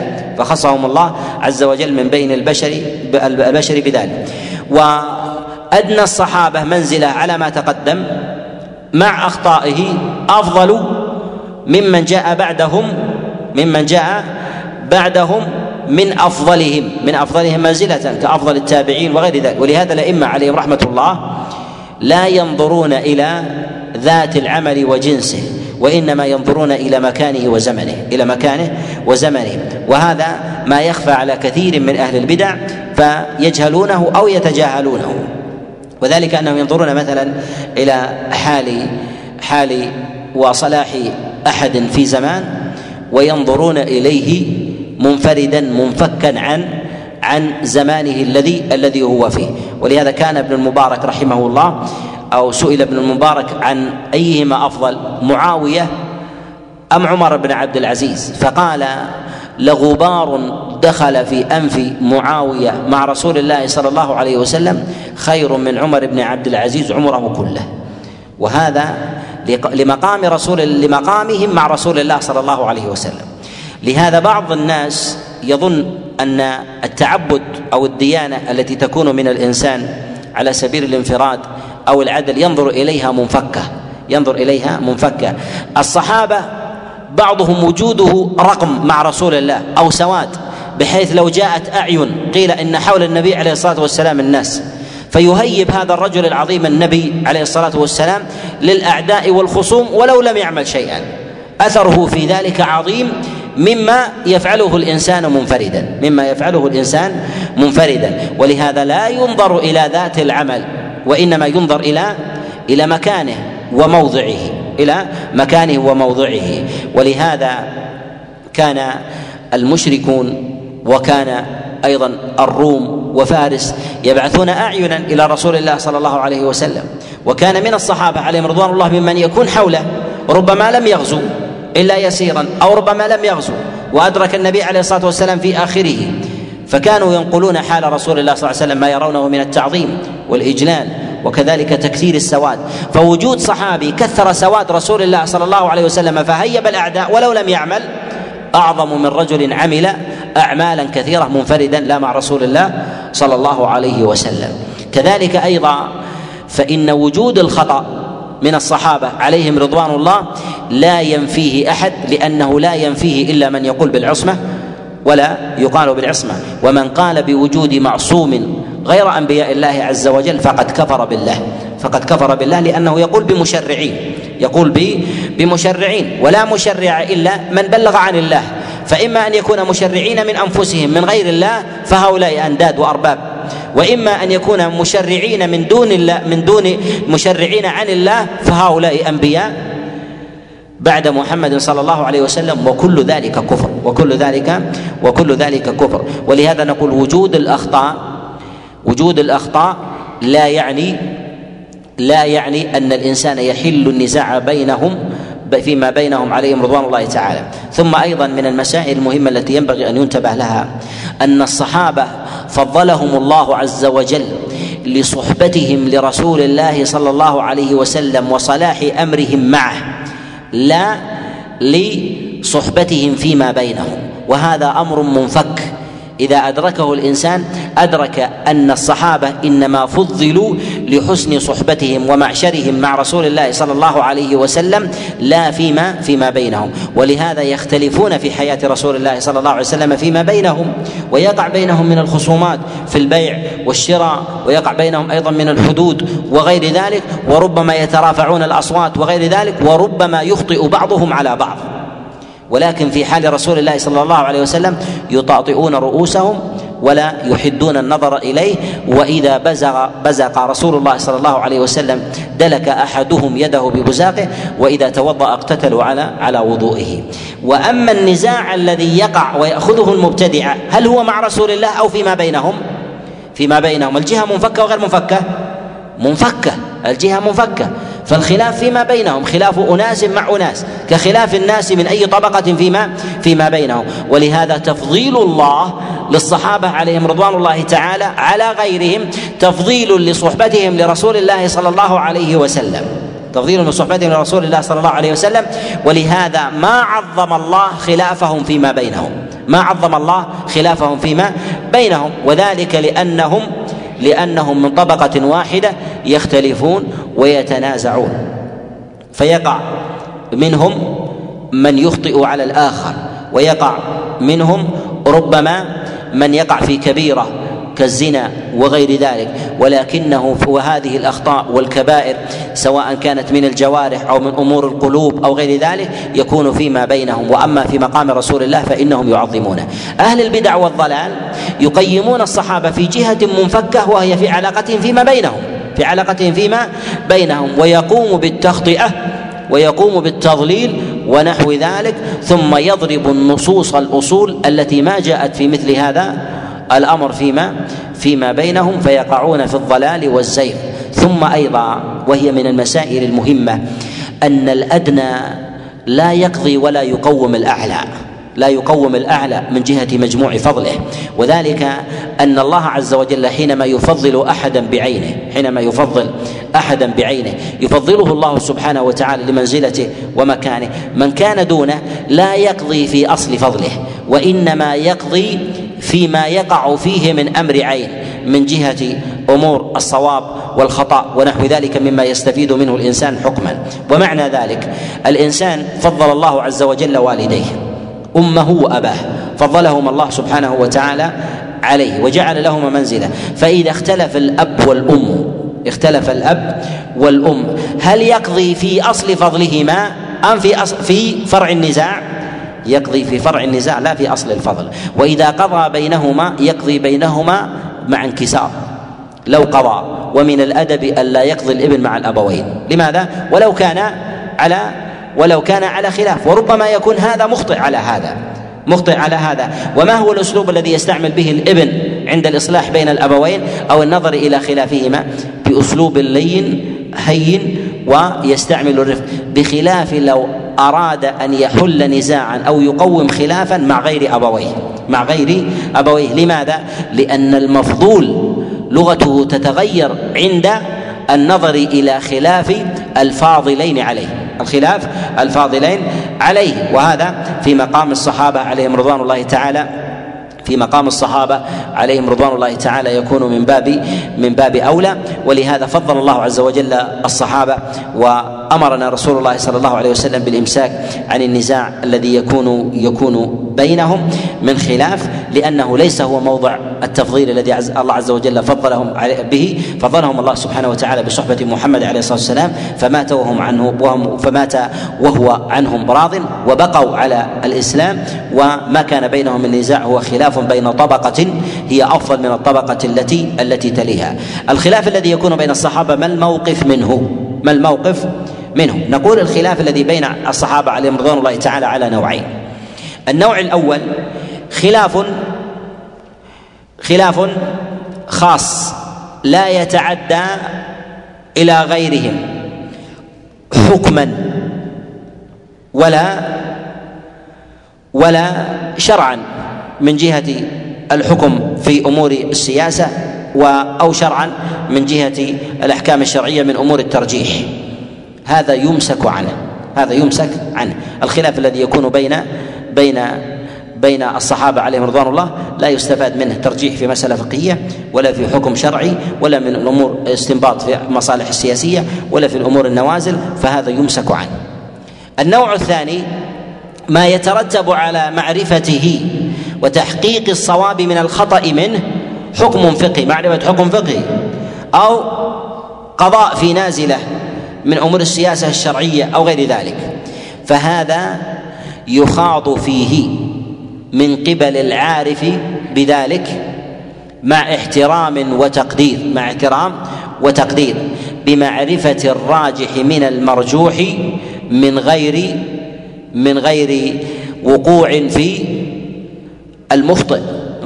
بذلك، وأدنى الصحابة منزلة على ما تقدم مع أخطائه أفضل ممن جاء بعدهم من أفضلهم منزلة كأفضل التابعين وغير ذلك. ولهذا الأئمة عليهم رحمة الله لا ينظرون إلى ذات العمل وجنسه، وإنما ينظرون إلى مكانه وزمنه، وهذا ما يخفى على كثير من أهل البدع فيجهلونه أو يتجاهلونه. وذلك أنهم ينظرون مثلا إلى حال وصلاح أحد في زمان وينظرون إليه منفردا منفكا عن زمانه الذي هو فيه. ولهذا كان ابن المبارك رحمه الله أو سئل ابن المبارك عن أيهما أفضل معاوية أم عمر بن عبد العزيز، فقال: لغبار دخل في أنف معاوية مع رسول الله صلى الله عليه وسلم خير من عمر بن عبد العزيز عمره كله. وهذا لمقامهم مع رسول الله صلى الله عليه وسلم. لهذا بعض الناس يظن أن التعبد أو الديانة التي تكون من الإنسان على سبيل الانفراد أو العدل ينظر إليها منفكة. الصحابة بعضهم وجوده رقم مع رسول الله أو سواد، بحيث لو جاءت أعين قيل إن حول النبي عليه الصلاة والسلام الناس، فيهيب هذا الرجل العظيم النبي عليه الصلاة والسلام للأعداء والخصوم ولو لم يعمل شيئا، أثره في ذلك عظيم مما يفعله الإنسان منفردا. ولهذا لا ينظر إلى ذات العمل، وإنما ينظر إلى مكانه وموضعه. ولهذا كان المشركون وكان أيضا الروم وفارس يبعثون أعينا إلى رسول الله صلى الله عليه وسلم، وكان من الصحابة عليهم رضوان الله ممن يكون حوله ربما لم يغزو إلا يسيرا أو ربما لم يغزو وأدرك النبي عليه الصلاة والسلام في آخره، فكانوا ينقلون حال رسول الله صلى الله عليه وسلم ما يرونه من التعظيم والإجلال وكذلك تكثير السواد. فوجود صحابي كثر سواد رسول الله صلى الله عليه وسلم فهيب الأعداء ولو لم يعمل أعظم من رجل عمل أعمالا كثيرة منفردا لا مع رسول الله صلى الله عليه وسلم. كذلك أيضا فإن وجود الخطأ من الصحابة عليهم رضوان الله لا ينفيه أحد، لأنه لا ينفيه إلا من يقول بالعصمة ولا يقال بالعصمة. ومن قال بوجود معصوم غير أنبياء الله عز وجل فقد كفر بالله لأنه يقول بمشرعين ولا مشرع إلا من بلغ عن الله، فإما أن يكون مشرعين من أنفسهم من غير الله فهؤلاء أنداد وأرباب، وإما أن يكون مشرعين من دون مشرعين عن الله فهؤلاء أنبياء بعد محمد صلى الله عليه وسلم، وكل ذلك كفر. ولهذا نقول وجود الأخطاء لا يعني أن الإنسان يحل النزاع فيما بينهم عليهم رضوان الله تعالى. ثم أيضا من المسائل المهمة التي ينبغي أن ينتبه لها أن الصحابة فضلهم الله عز وجل لصحبتهم لرسول الله صلى الله عليه وسلم وصلاح أمرهم معه، لا لصحبتهم فيما بينهم، وهذا أمر منفك. إذا أدركه الإنسان أدرك أن الصحابة إنما فضلوا لحسن صحبتهم ومعشرهم مع رسول الله صلى الله عليه وسلم لا فيما بينهم، ولهذا يختلفون في حياة رسول الله صلى الله عليه وسلم فيما بينهم، ويقع بينهم من الخصومات في البيع والشراء، ويقع بينهم أيضا من الحدود وغير ذلك، وربما يترافعون الأصوات وغير ذلك، وربما يخطئ بعضهم على بعض. ولكن في حال رسول الله صلى الله عليه وسلم يطاطئون رؤوسهم ولا يحدون النظر إليه، وإذا بزق رسول الله صلى الله عليه وسلم دلك أحدهم يده ببزاقه، وإذا توضأ اقتتلوا على وضوئه. وأما النزاع الذي يقع ويأخذه المبتدعة هل هو مع رسول الله أو فيما بينهم الجهة منفكة وغير منفكة الجهة منفكة، فالخلاف فيما بينهم خلاف أناس مع أناس كخلاف الناس من أي طبقة فيما بينهم. ولهذا تفضيل الله للصحابة عليهم رضوان الله تعالى على غيرهم تفضيل لصحبتهم لرسول الله صلى الله عليه وسلم، ولهذا ما عظم الله خلافهم فيما بينهم، وذلك لأنهم من طبقة واحدة يختلفون ويتنازعون، فيقع منهم من يخطئ على الآخر، ويقع منهم ربما من يقع في كبيرة كالزنا وغير ذلك، ولكنه وهذه الأخطاء والكبائر سواء كانت من الجوارح أو من أمور القلوب أو غير ذلك يكون فيما بينهم. وأما في مقام رسول الله فإنهم يعظمونه. أهل البدع والضلال يقيمون الصحابة في جهة منفكة وهي في علاقتهم فيما بينهم، ويقوم بالتخطئة ويقوم بالتضليل ونحو ذلك، ثم يضرب النصوص الأصول التي ما جاءت في مثل هذا الأمر فيما بينهم، فيقعون في الضلال والزيغ. ثم أيضا وهي من المسائل المهمة أن الأدنى لا يقضي ولا يقوم الأعلى من جهة مجموع فضله، وذلك أن الله عز وجل حينما يفضل أحدا بعينه يفضله الله سبحانه وتعالى لمنزلته ومكانه. من كان دونه لا يقضي في أصل فضله، وإنما يقضي فيما يقع فيه من أمر عين من جهة أمور الصواب والخطأ ونحو ذلك مما يستفيد منه الإنسان حكما. ومعنى ذلك الإنسان فضل الله عز وجل والديه أمه وأباه، فضلهم الله سبحانه وتعالى عليه وجعل لهما منزلة، فإذا اختلف الأب والأم هل يقضي في أصل فضلهما أم في فرع النزاع؟ يقضي في فرع النزاع لا في أصل الفضل. وإذا قضى بينهما يقضي بينهما مع انكسار لو قضى، ومن الأدب ألا يقضي الابن مع الأبوين. لماذا؟ ولو كان على خلاف، وربما يكون هذا مخطئ على هذا. وما هو الأسلوب الذي يستعمل به الابن عند الإصلاح بين الأبوين أو النظر إلى خلافهما؟ بأسلوب لين هين ويستعمل الرفق، بخلاف لو أراد أن يحل نزاعا أو يقوم خلافا مع غير أبويه. لماذا؟ لأن المفضول لغته تتغير عند النظر إلى خلاف الفاضلين عليه، وهذا في مقام الصحابة عليهم رضوان الله تعالى يكون من باب أولى. ولهذا فضل الله عز وجل الصحابة وأمرنا رسول الله صلى الله عليه وسلم بالإمساك عن النزاع الذي يكون بينهم من خلاف، لأنه ليس هو موضع التفضيل الذي الله عز وجل فضلهم به. فضلهم الله سبحانه وتعالى بصحبة محمد عليه الصلاة والسلام، فمات وهو عنهم راض، وبقوا على الإسلام، وما كان بينهم من نزاع هو خلاف بين طبقة هي أفضل من الطبقة التي تليها. الخلاف الذي يكون بين الصحابة ما الموقف منه؟ نقول الخلاف الذي بين الصحابة عليهم رضوان الله تعالى على نوعين. النوع الأول خلاف خاص لا يتعدى إلى غيرهم حكما ولا شرعا، من جهة الحكم في أمور السياسة أو شرعا من جهة الأحكام الشرعية من أمور الترجيح. هذا يمسك عنه. الخلاف الذي يكون بين الصحابة عليهم رضوان الله لا يستفاد منه ترجيح في مسألة فقهية، ولا في حكم شرعي، ولا من الأمور استنباط في مصالح السياسية، ولا في الأمور النوازل، فهذا يمسك عنه. النوع الثاني ما يترتب على معرفته وتحقيق الصواب من الخطأ منه حكم فقهي، معرفة حكم فقهي، أو قضاء في نازلة من أمور السياسة الشرعية أو غير ذلك، فهذا يخاض فيه من قبل العارف بذلك مع احترام وتقدير بمعرفة الراجح من المرجوح من غير وقوع في المخطئ،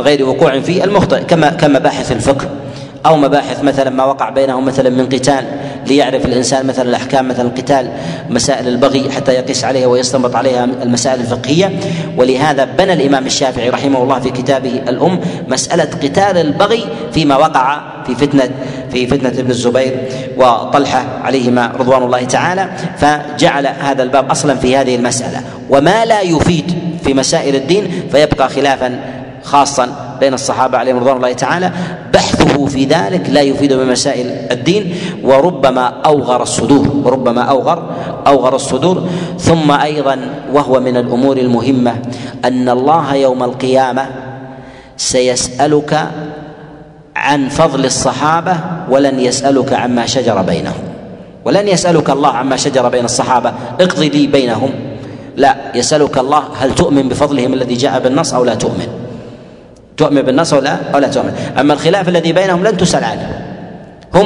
كما مباحث الفقه أو مباحث مثلا ما وقع بينهم مثلا من قتال، ليعرف الإنسان مثلا الأحكام، مثلا القتال، مسائل البغي، حتى يقيس عليها ويستنبط عليها المسائل الفقهية. ولهذا بنى الإمام الشافعي رحمه الله في كتابه الأم مسألة قتال البغي فيما وقع في فتنة ابن الزبير وطلحة عليهما رضوان الله تعالى، فجعل هذا الباب أصلا في هذه المسألة. وما لا يفيد في مسائل الدين فيبقى خلافا خاصا بين الصحابة عليهم رضوان الله تعالى، بحثه في ذلك لا يفيد بمسائل الدين، وربما أوغر الصدور. ثم أيضا وهو من الأمور المهمة أن الله يوم القيامة سيسألك عن فضل الصحابة ولن يسألك عما شجر بينهم، ولن يسألك الله عما شجر بين الصحابة اقضي لي بينهم، لا، يسألك الله هل تؤمن بفضلهم الذي جاء بالنص أو لا تؤمن بالنص أو لا تؤمن. أما الخلاف الذي بينهم لن تسأل عنه، هم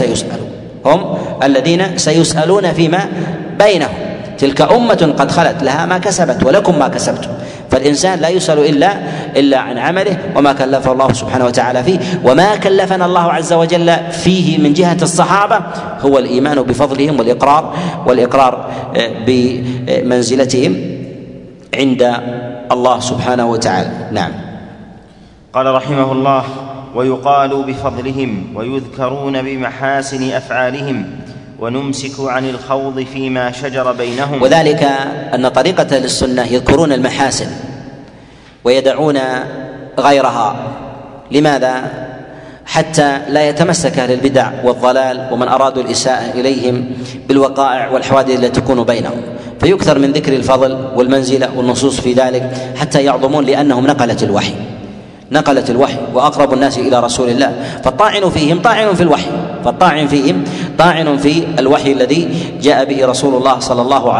الذين سيسألون فيما بينهم. تلك أمة قد خلت لها ما كسبت ولكم ما كسبتم، فالإنسان لا يسأل إلا عن عمله وما كلفه الله سبحانه وتعالى فيه. وما كلفنا الله عز وجل فيه من جهة الصحابة هو الإيمان بفضلهم والإقرار بمنزلتهم عند الله سبحانه وتعالى. نعم. قال رحمه الله: ويقال بفضلهم ويذكرون بمحاسن أفعالهم ونمسك عن الخوض فيما شجر بينهم. وذلك أن طريقة أهل السنة يذكرون المحاسن ويدعون غيرها. لماذا؟ حتى لا يتمسك أهل البدع والضلال ومن أرادوا الإساءة إليهم بالوقائع والحوادث التي تكون بينهم، فيكثر من ذكر الفضل والمنزلة والنصوص في ذلك حتى يعظمون، لأنهم نقلت الوحي وأقرب الناس إلى رسول الله، فالطاعن فيهم طاعن في الوحي، طاعن في الوحي الذي جاء به رسول الله صلى الله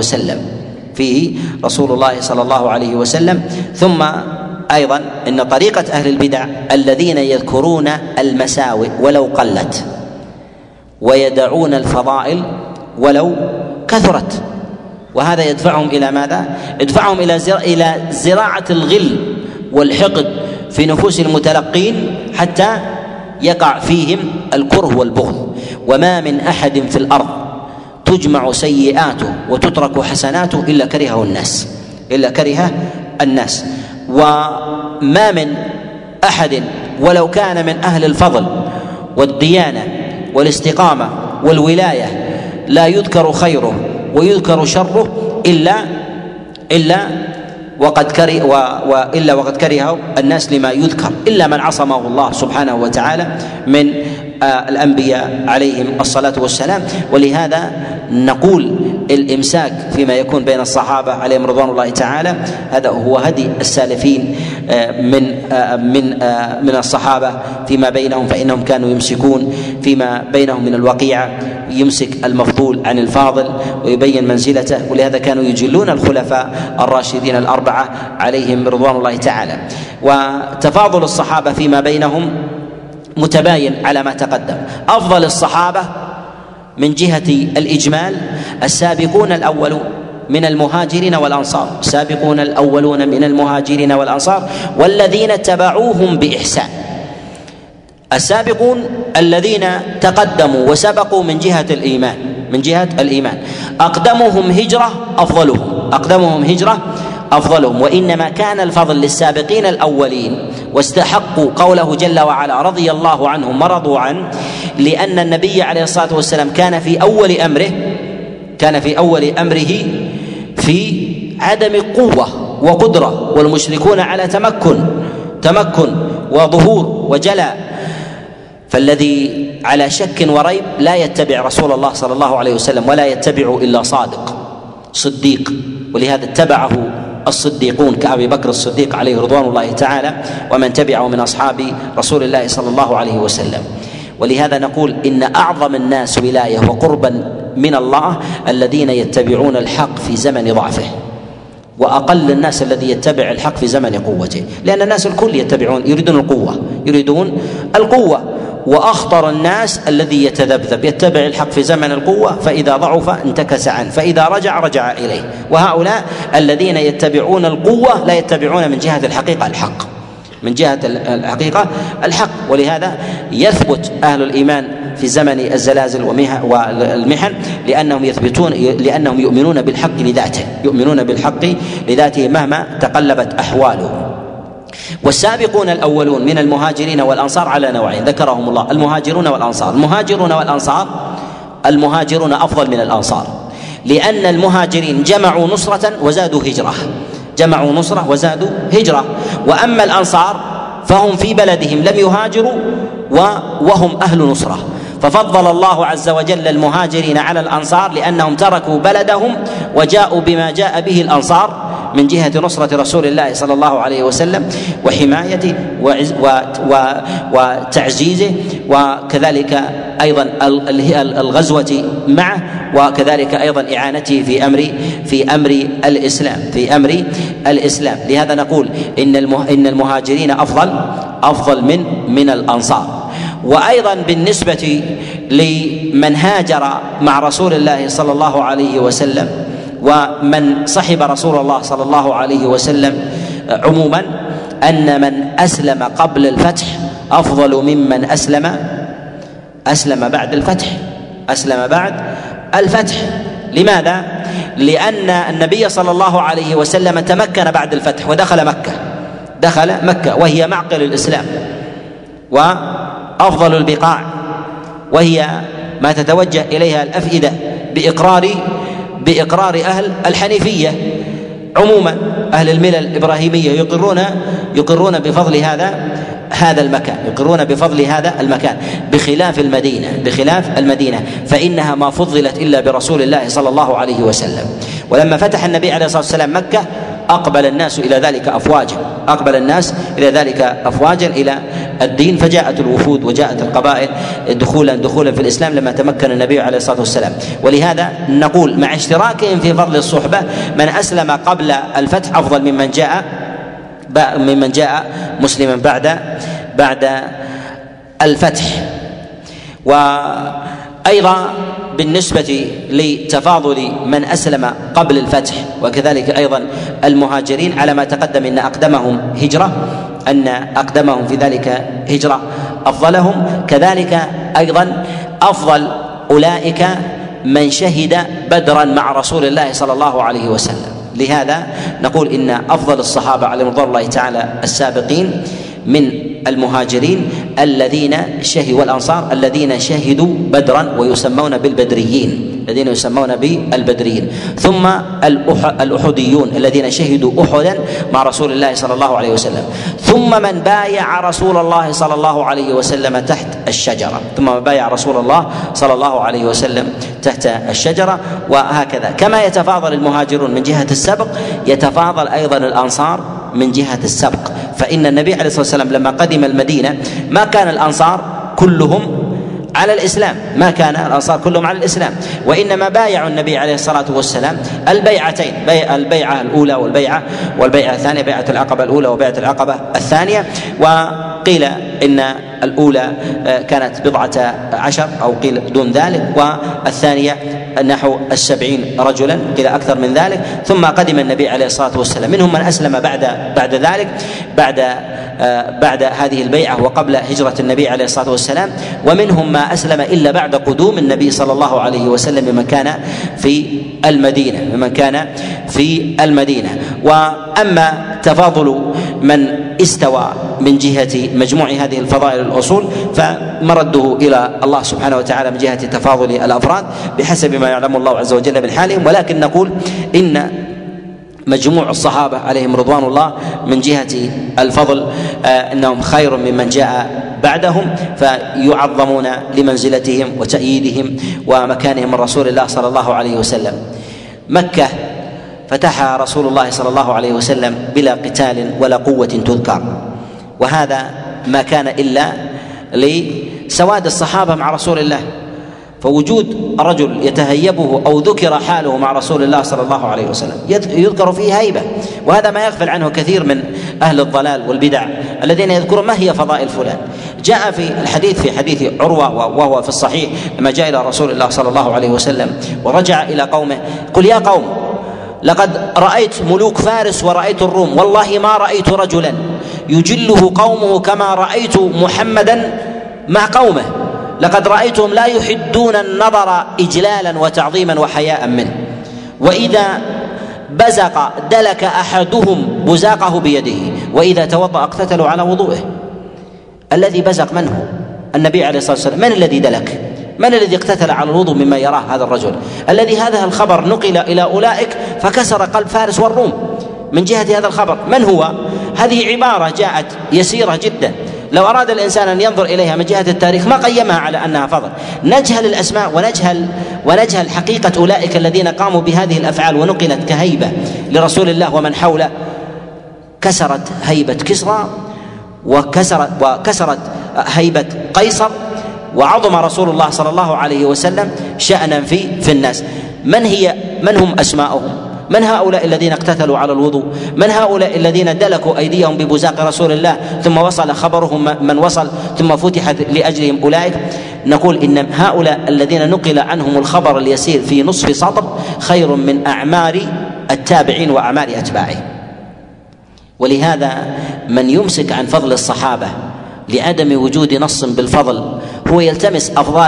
عليه وسلم. ثم أيضا إن طريقة أهل البدع الذين يذكرون المساوئ ولو قلت ويدعون الفضائل ولو كثرت، وهذا يدفعهم إلى ماذا؟ يدفعهم إلى زراعة الغل والحقد في نفوس المتلقين حتى يقع فيهم الكره والبغض. وما من أحد في الأرض تجمع سيئاته وتترك حسناته إلا كره الناس. وما من أحد ولو كان من أهل الفضل والديانة والاستقامة والولاية لا يذكر خيره ويذكر شره إلا وقد كره الناس لما يذكر، إلا من عصمه الله سبحانه وتعالى من الأنبياء عليهم الصلاة والسلام. ولهذا نقول الإمساك فيما يكون بين الصحابة عليهم رضوان الله تعالى هذا هو هدي السالفين من الصحابة فيما بينهم، فإنهم كانوا يمسكون فيما بينهم من الوقيعة، يمسك المفضول عن الفاضل ويبين منزلته، ولهذا كانوا يجلون الخلفاء الراشدين الأربعة عليهم رضوان الله تعالى. وتفاضل الصحابة فيما بينهم متباين على ما تقدم. أفضل الصحابة من جهة الإجمال السابقون الأولون من المهاجرين والأنصار، السابقون الأولون من المهاجرين والأنصار والذين اتبعوهم بإحسان. السابقون الذين تقدموا وسبقوا من جهة الإيمان، من جهة الإيمان أقدمهم هجرة أفضلهم. وإنما كان الفضل للسابقين الأولين واستحقوا قوله جل وعلا رضي الله عنهم ورضوا عنه، لأن النبي عليه الصلاة والسلام كان في أول أمره في عدم قوة وقدرة، والمشركون على تمكن وظهور وجلاء، فالذي على شك وريب لا يتبع رسول الله صلى الله عليه وسلم ولا يتبع إلا صديق. ولهذا اتبعه الصديقون كأبي بكر الصديق عليه رضوان الله تعالى ومن تبعه من أصحاب رسول الله صلى الله عليه وسلم. ولهذا نقول إن أعظم الناس ولاية وقربا من الله الذين يتبعون الحق في زمن ضعفه، وأقل الناس الذي يتبع الحق في زمن قوته، لأن الناس الكل يريدون القوة. وأخطر الناس الذي يتذبذب يتبع الحق في زمن القوة، فإذا ضعف انتكس عنه، فإذا رجع إليه. وهؤلاء الذين يتبعون القوة لا يتبعون من جهة الحقيقة الحق. ولهذا يثبت أهل الإيمان في زمن الزلازل والمحن لأنهم يؤمنون بالحق لذاته مهما تقلبت أحواله. والسابقون الأولون من المهاجرين والأنصار على نوعين ذكرهم الله: المهاجرون المهاجرون أفضل من الأنصار، لأن المهاجرين جمعوا نصرة وزادوا هجرة، وأما الأنصار فهم في بلدهم لم يهاجروا وهم أهل نصرة، ففضل الله عز وجل المهاجرين على الأنصار لأنهم تركوا بلدهم وجاءوا بما جاء به الأنصار من جهة نصرة رسول الله صلى الله عليه وسلم وحمايته وتعزيزه، وكذلك أيضا الغزوة معه، وكذلك أيضا إعانته في أمر الإسلام. لهذا نقول إن المهاجرين أفضل من الأنصار. وأيضا بالنسبة لمن هاجر مع رسول الله صلى الله عليه وسلم ومن صحب رسول الله صلى الله عليه وسلم عموما، أن من أسلم قبل الفتح أفضل ممن أسلم بعد الفتح. لماذا؟ لأن النبي صلى الله عليه وسلم تمكن بعد الفتح ودخل مكة وهي معقل الإسلام وأفضل البقاع، وهي ما تتوجه إليها الأفئدة بإقرار أهل الحنيفية عموما. أهل الملل الإبراهيمية يقرون بفضل هذا المكان بخلاف المدينة فإنها ما فضلت إلا برسول الله صلى الله عليه وسلم. ولما فتح النبي عليه الصلاة والسلام مكة أقبل الناس إلى ذلك أفواجا إلى الدين، فجاءت الوفود وجاءت القبائل دخولا في الإسلام لما تمكن النبي عليه الصلاة والسلام. ولهذا نقول مع اشتراكهم في فضل الصحبة من أسلم قبل الفتح أفضل ممن جاء مسلما بعد الفتح. وأيضا بالنسبة لتفاضل من أسلم قبل الفتح وكذلك أيضا المهاجرين على ما تقدم أن أقدمهم في ذلك هجرة أفضلهم، كذلك أيضا أفضل أولئك من شهد بدرا مع رسول الله صلى الله عليه وسلم. لهذا نقول إن أفضل الصحابة عليهم رضوان الله تعالى السابقين من المهاجرين الذين شهدوا والأنصار الذين شهدوا بدرا ويسمون بالبدريين، الذين يسمون بالبدريين. ثم الأحديون الذين شهدوا أحدا مع رسول الله صلى الله عليه وسلم. ثم من بايع رسول الله صلى الله عليه وسلم تحت الشجرة، ثم من بايع رسول الله صلى الله عليه وسلم تحت الشجرة. وهكذا كما يتفاضل المهاجرون من جهة السبق يتفاضل أيضا الأنصار من جهة السبق. فإن النبي عليه الصلاة والسلام لما قدم المدينة ما كان الأنصار كلهم على الإسلام، ما كان الأنصار كلهم على الإسلام، وإنما بايعوا النبي عليه الصلاة والسلام البيعتين، البيعة الأولى والبيعة الثانية، بيعة العقبة الأولى وبيعة العقبة الثانية. وقيل إن الأولى كانت 17 أو قيل دون ذلك، والثانية نحو 70 رجلا، قيل أكثر من ذلك. ثم قدم النبي عليه الصلاة والسلام، منهم من أسلم بعد ذلك، بعد هذه البيعة وقبل هجرة النبي عليه الصلاة والسلام، ومنهم ما أسلم إلا بعد قدوم النبي صلى الله عليه وسلم ممن كان في المدينة. وأما تفاضل من استوى من جهة مجموع هذه الفضائل الأصول فمرده إلى الله سبحانه وتعالى من جهة تفاضل الأفراد بحسب ما يعلم الله عز وجل من حالهم. ولكن نقول إن مجموع الصحابة عليهم رضوان الله من جهة الفضل إنهم خير ممن جاء بعدهم، فيعظمون لمنزلتهم وتأييدهم ومكانهم من رسول الله صلى الله عليه وسلم. مكة فتحها رسول الله صلى الله عليه وسلم بلا قتال ولا قوة تذكر، وهذا ما كان إلا لسواد الصحابة مع رسول الله، فوجود رجل يتهيبه أو ذكر حاله مع رسول الله صلى الله عليه وسلم يذكر فيه هيبة، وهذا ما يغفل عنه كثير من أهل الضلال والبدع الذين يذكرون ما هي فضائل فلان. جاء في الحديث في حديث عروة وهو في الصحيح لما جاء إلى رسول الله صلى الله عليه وسلم ورجع إلى قومه قل يا قوم لقد رأيت ملوك فارس ورأيت الروم، والله ما رأيت رجلا يجله قومه كما رأيت محمدا مع قومه، لقد رأيتهم لا يحدون النظر إجلالا وتعظيما وحياء منه، وإذا بزق دلك أحدهم بزاقه بيده، وإذا توضأ اقتتلوا على وضوئه. الذي بزق من هو؟ النبي عليه الصلاة والسلام. من الذي دلك؟ من الذي اقتتل على الوضوء مما يراه هذا الرجل الذي هذا الخبر نقل إلى أولئك فكسر قلب فارس والروم من جهة هذا الخبر؟ من هو؟ هذه عبارة جاءت يسيرة جدا، لو أراد الإنسان أن ينظر إليها من جهة التاريخ ما قيمها على أنها فضل. نجهل الأسماء ونجهل حقيقة أولئك الذين قاموا بهذه الأفعال ونقلت كهيبة لرسول الله ومن حوله. كسرت هيبة كسرى وكسرت هيبة قيصر، وعظم رسول الله صلى الله عليه وسلم شأنا في الناس. من هم أسماؤهم؟ من هؤلاء الذين اقتتلوا على الوضوء؟ من هؤلاء الذين دلكوا أيديهم ببزاق رسول الله ثم وصل خبرهم من وصل ثم فتحت لأجلهم أولئك؟ نقول إن هؤلاء الذين نقل عنهم الخبر اليسير في نصف سطر خير من أعمار التابعين وأعمار أتباعهم. ولهذا من يمسك عن فضل الصحابة لعدم وجود نص بالفضل هو يلتمس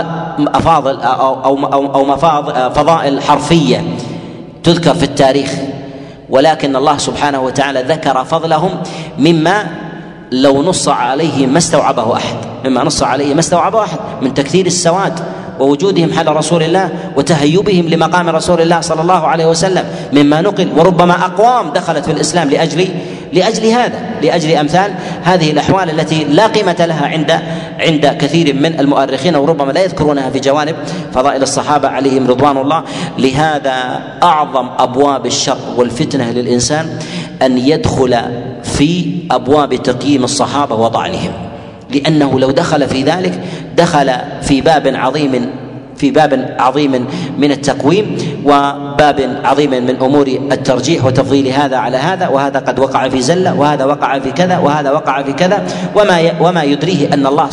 فضائل حرفية تذكر في التاريخ، ولكن الله سبحانه وتعالى ذكر فضلهم مما لو نص عليه ما استوعبه أحد، من تكثير السواد ووجودهم حال رسول الله وتهيبهم لمقام رسول الله صلى الله عليه وسلم مما نقل، وربما أقوام دخلت في الإسلام لأجل أمثال هذه الأحوال التي لا قيمة لها عند كثير من المؤرخين، وربما لا يذكرونها في جوانب فضائل الصحابة عليهم رضوان الله. لهذا أعظم أبواب الشر والفتنة للإنسان أن يدخل في أبواب تقييم الصحابة وطعنهم، لأنه لو دخل في ذلك دخل في باب عظيم من التقويم وباب عظيم من أمور الترجيح وتفضيل هذا على هذا، وهذا قد وقع في زلة وهذا وقع في كذا وهذا وقع في كذا، وما يدريه أن الله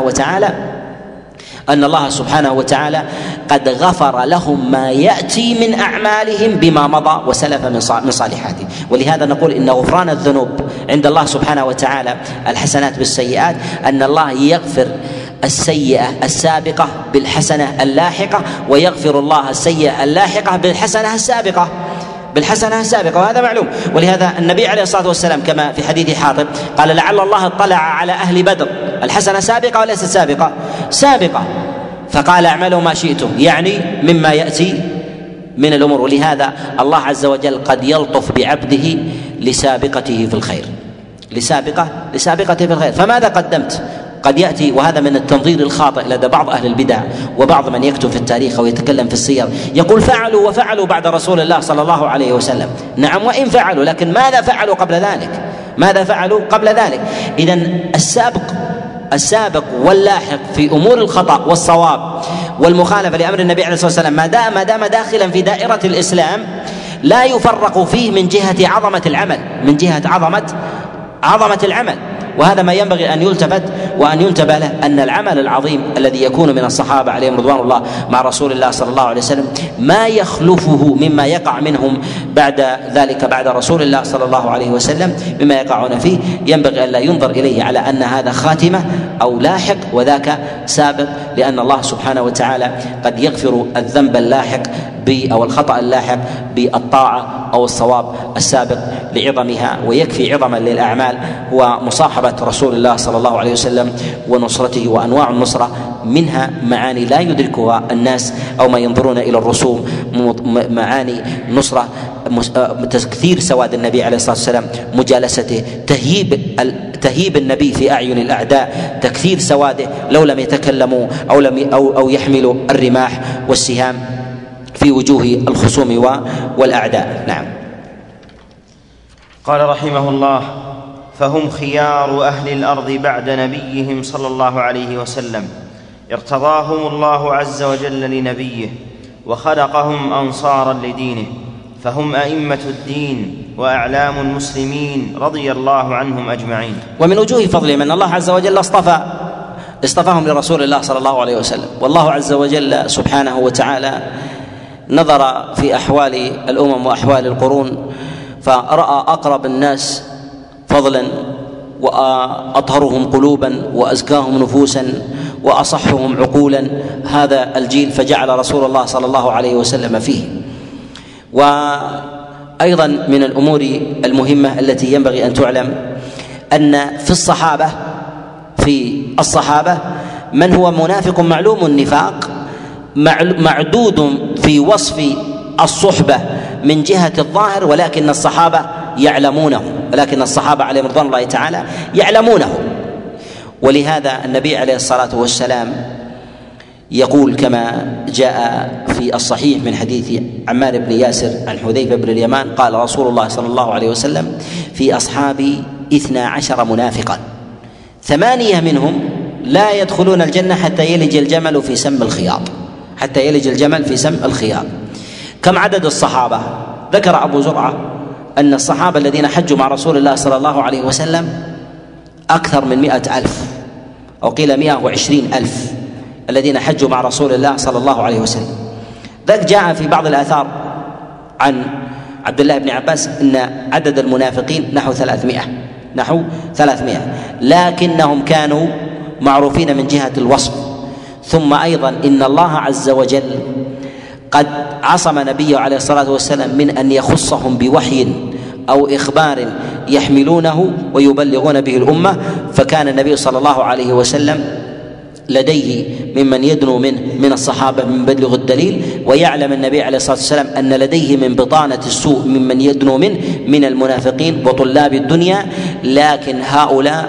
سبحانه وتعالى قد غفر لهم ما يأتي من أعمالهم بما مضى وسلف من صالحاته. ولهذا نقول إن غفران الذنوب عند الله سبحانه وتعالى الحسنات بالسيئات، أن الله يغفر السيئة السابقة بالحسنة اللاحقة، ويغفر الله السيئة اللاحقة بالحسنة السابقة. بالحسنة السابقة، وهذا معلوم. ولهذا النبي عليه الصلاة والسلام كما في حديث حاطب قال لعل الله اطلع على أهل بدر، الحسنة سابقة وليست سابقة؟ سابقة. فقال اعملوا ما شئتم، يعني مما يأتي من الأمور. ولهذا الله عز وجل قد يلطف بعبده لسابقته في الخير، لسابقته في الخير. فماذا قدمت؟ قد يأتي، وهذا من التنظير الخاطئ لدى بعض أهل البدع وبعض من يكتب في التاريخ أو يتكلم في السير، يقول فعلوا وفعلوا بعد رسول الله صلى الله عليه وسلم. نعم، وإن فعلوا، لكن ماذا فعلوا قبل ذلك؟ ماذا فعلوا قبل ذلك؟ إذن السابق واللاحق في أمور الخطأ والصواب والمخالفة لأمر النبي عليه الصلاة والسلام ما دام داخلا في دائرة الإسلام لا يفرق فيه من جهة عظمة العمل، من جهة عظمة العمل. وهذا ما ينبغي أن يلتفت وأن ينتبه له، أن العمل العظيم الذي يكون من الصحابة عليهم رضوان الله مع رسول الله صلى الله عليه وسلم ما يخلفه مما يقع منهم بعد ذلك بعد رسول الله صلى الله عليه وسلم مما يقعون فيه، ينبغي أن لا ينظر إليه على أن هذا خاتمة أو لاحق وذاك سابق، لأن الله سبحانه وتعالى قد يغفر الذنب اللاحق أو الخطأ اللاحق بالطاعة أو الصواب السابق لعظمها. ويكفي عظما للأعمال هو مصاحبة رسول الله صلى الله عليه وسلم ونصرته، وأنواع النصرة منها معاني لا يدركها الناس أو ما ينظرون إلى الرسوم، معاني نصرة تكثير سواد النبي عليه الصلاة والسلام، مجالسته، تهيب النبي في أعين الأعداء، تكثير سواده لو لم يتكلموا أو يحملوا الرماح والسهام في وجوه الخصوم والأعداء. نعم. قال رحمه الله: فهم خيار أهل الأرض بعد نبيهم صلى الله عليه وسلم، ارتضاهم الله عز وجل لنبيه وخلقهم أنصارا لدينه، فهم أئمة الدين وأعلام المسلمين رضي الله عنهم أجمعين. ومن وجوه فضلهم أن الله عز وجل اصطفاهم لرسول الله صلى الله عليه وسلم. والله عز وجل سبحانه وتعالى نظر في أحوال الأمم وأحوال القرون فرأى أقرب الناس فضلا وأطهرهم قلوبا وأزكاهم نفوسا وأصحهم عقولا هذا الجيل، فجعل رسول الله صلى الله عليه وسلم فيه. وأيضا من الأمور المهمة التي ينبغي أن تعلم أن في الصحابة من هو منافق معلوم النفاق معدود في وصف الصحبة من جهة الظاهر، ولكن الصحابة عليهم رضوان الله تعالى يعلمونه. ولهذا النبي عليه الصلاة والسلام يقول كما جاء في الصحيح من حديث عمار بن ياسر عن حذيفة بن اليمان قال رسول الله صلى الله عليه وسلم: في أصحابي 12 منافقا 8 منهم لا يدخلون الجنة حتى يلج الجمل في سم الخياط. كم عدد الصحابة؟ ذكر أبو زرعة أن الصحابة الذين حجوا مع رسول الله صلى الله عليه وسلم أكثر من 100,000 أو قيل 120,000 الذين حجوا مع رسول الله صلى الله عليه وسلم. ذلك جاء في بعض الآثار عن عبد الله بن عباس أن عدد المنافقين نحو 300 لكنهم كانوا معروفين من جهة الوصف. ثم أيضا إن الله عز وجل قد عصم نبيه عليه الصلاة والسلام من أن يخصهم بوحي أو إخبار يحملونه ويبلغون به الأمة، فكان النبي صلى الله عليه وسلم لديه ممن يدنو منه من الصحابة من بلغ الدليل، ويعلم النبي عليه الصلاة والسلام أن لديه من بطانة السوء ممن يدنو منه من المنافقين وطلاب الدنيا، لكن هؤلاء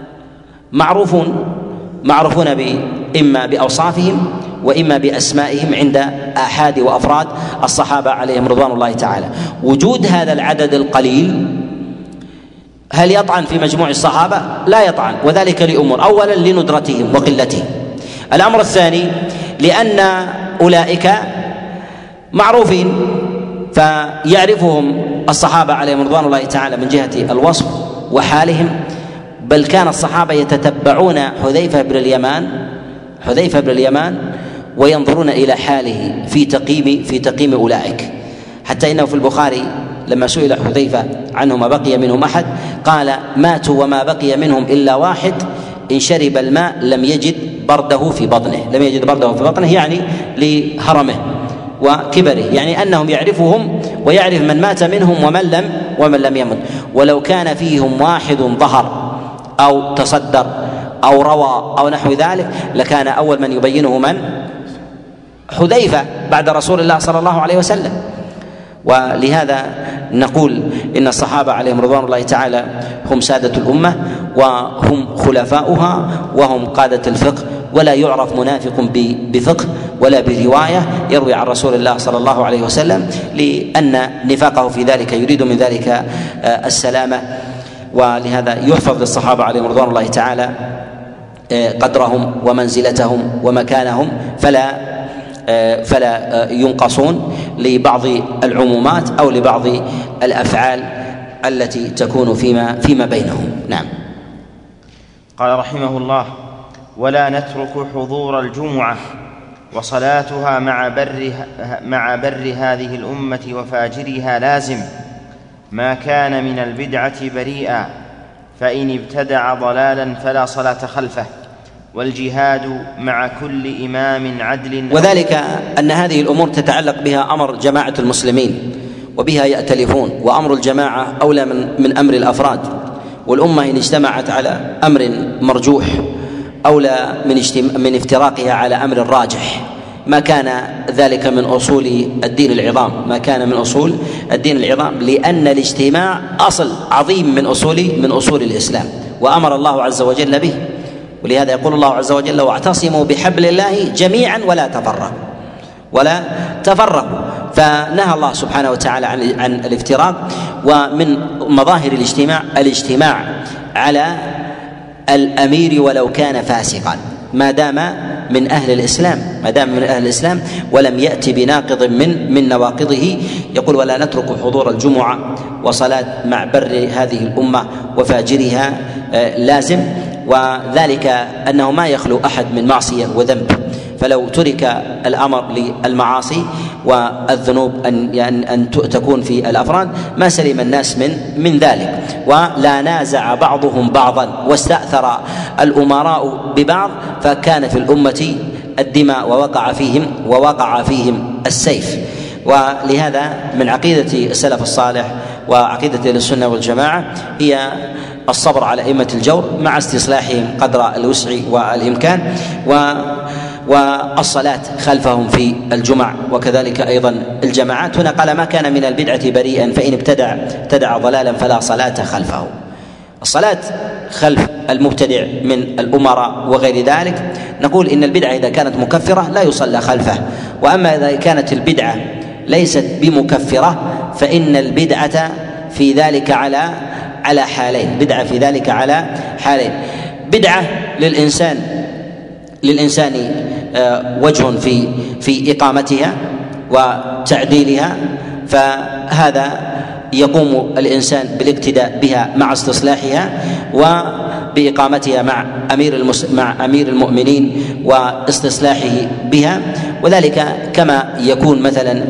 معروفون إما بأوصافهم وإما بأسمائهم عند آحاد وأفراد الصحابة عليهم رضوان الله تعالى. وجود هذا العدد القليل هل يطعن في مجموع الصحابة؟ لا يطعن، وذلك لأمور: أولا لندرتهم وقلتهم، الأمر الثاني لأن أولئك معروفين فيعرفهم الصحابة عليهم رضوان الله تعالى من جهة الوصف وحالهم، بل كان الصحابة يتتبعون حذيفة بن اليمان وينظرون إلى حاله في تقييم أولئك، حتى إنه في البخاري لما سئل حذيفة عنهم ما بقي منهم أحد قال: ماتوا وما بقي منهم إلا واحد إن شرب الماء لم يجد برده في بطنه، يعني لهرمه وكبره، يعني أنهم يعرفهم ويعرف من مات منهم ومن لم يمت. ولو كان فيهم واحد ظهر أو تصدر أو روى أو نحو ذلك لكان أول من يبينه من؟ حذيفة بعد رسول الله صلى الله عليه وسلم. ولهذا نقول إن الصحابة عليهم رضوان الله تعالى هم سادة الأمة وهم خلفاؤها وهم قادة الفقه، ولا يعرف منافق بفقه ولا برواية يروي عن رسول الله صلى الله عليه وسلم، لأن نفاقه في ذلك يريد من ذلك السلامة. ولهذا يحفظ للصحابة عليهم رضوان الله تعالى قدرهم ومنزلتهم ومكانهم، فلا ينقصون لبعض العمومات أو لبعض الأفعال التي تكون فيما بينهم. نعم. قال رحمه الله: ولا نترك حضور الجمعة وصلاتها مع بر هذه الأمة وفاجرها لازم، ما كان من البدعة بريئا، فإن ابتدع ضلالا فلا صلاة خلفه، والجهاد مع كل إمام عدل. وذلك أن هذه الأمور تتعلق بها أمر جماعة المسلمين وبها يأتلفون، وأمر الجماعة أولى من أمر الأفراد. والأمة إن اجتمعت على أمر مرجوح أولى من افتراقها على أمر راجح، ما كان ذلك من أصول الدين العظام، ما كان من أصول الدين العظام، لأن الاجتماع أصل عظيم من أصول الإسلام، وأمر الله عز وجل به. ولهذا يقول الله عز وجل: واعتصموا بحبل الله جميعا ولا تفرقوا. فنهى الله سبحانه وتعالى عن الافتراق. ومن مظاهر الاجتماع على الأمير ولو كان فاسقا ما دام من أهل الإسلام ولم يأتي بناقض من نواقضه. يقول: ولا نترك حضور الجمعة وصلاة مع بر هذه الأمة وفاجرها لازم. وذلك أنه ما يخلو أحد من معصية وذنب، فلو ترك الأمر للمعاصي والذنوب أن تكون في الأفراد ما سلم الناس من ذلك. ولا نازع بعضهم بعضا واستأثر الأمراء ببعض، فكان في الأمة الدماء ووقع فيهم السيف. ولهذا من عقيدة السلف الصالح وعقيدة السنة والجماعة هي الصبر على أئمة الجور مع استصلاحهم قدر الوسع والإمكان، والصلاة خلفهم في الجمع، وكذلك أيضا الجماعات. هنا قال: ما كان من البدعة بريئا، فإن ابتدع ضلالا فلا صلاة خلفه. الصلاة خلف المبتدع من الأمراء وغير ذلك نقول إن البدعة إذا كانت مكفرة لا يصلى خلفه. وأما إذا كانت البدعة ليست بمكفرة فإن البدعة في ذلك على حالين. بدعة للإنسان وجه في إقامتها وتعديلها، فهذا يقوم الإنسان بالاقتداء بها مع استصلاحها وبإقامتها مع أمير المؤمنين واستصلاحه بها. وذلك كما يكون مثلا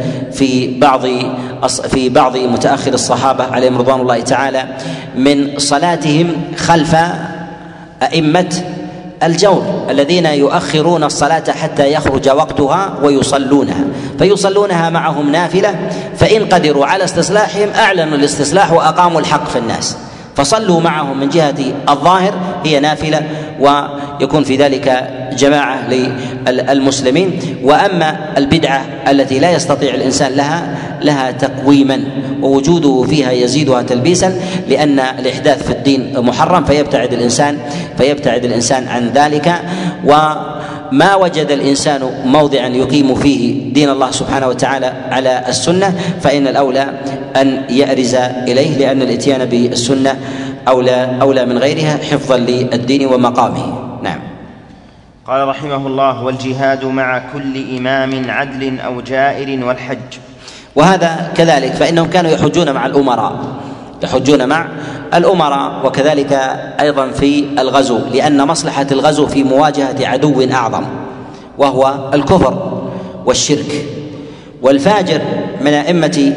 في بعض متأخر الصحابة عليهم رضوان الله تعالى من صلاتهم خلف أئمة الجور الذين يؤخرون الصلاة حتى يخرج وقتها فيصلونها معهم نافلة، فإن قدروا على استصلاحهم أعلنوا الاستصلاح وأقاموا الحق في الناس، فصلوا معهم من جهة الظاهر هي نافلة، ويكون في ذلك جماعة للمسلمين. وأما البدعة التي لا يستطيع الإنسان لها تقويما ووجوده فيها يزيدها تلبيسا، لأن الإحداث في الدين محرم، فيبتعد الإنسان عن ذلك. وما وجد الإنسان موضعا يقيم فيه دين الله سبحانه وتعالى على السنة فإن الأولى أن يأرز إليه، لأن الإتيان بالسنة أولى من غيرها حفظا للدين ومقامه. نعم. قال رحمه الله: والجهاد مع كل إمام عدل أو جائر والحج. وهذا كذلك، فإنهم كانوا يحجون مع الأمراء وكذلك أيضا في الغزو، لأن مصلحة الغزو في مواجهة عدو أعظم وهو الكفر والشرك. والفاجر من أئمة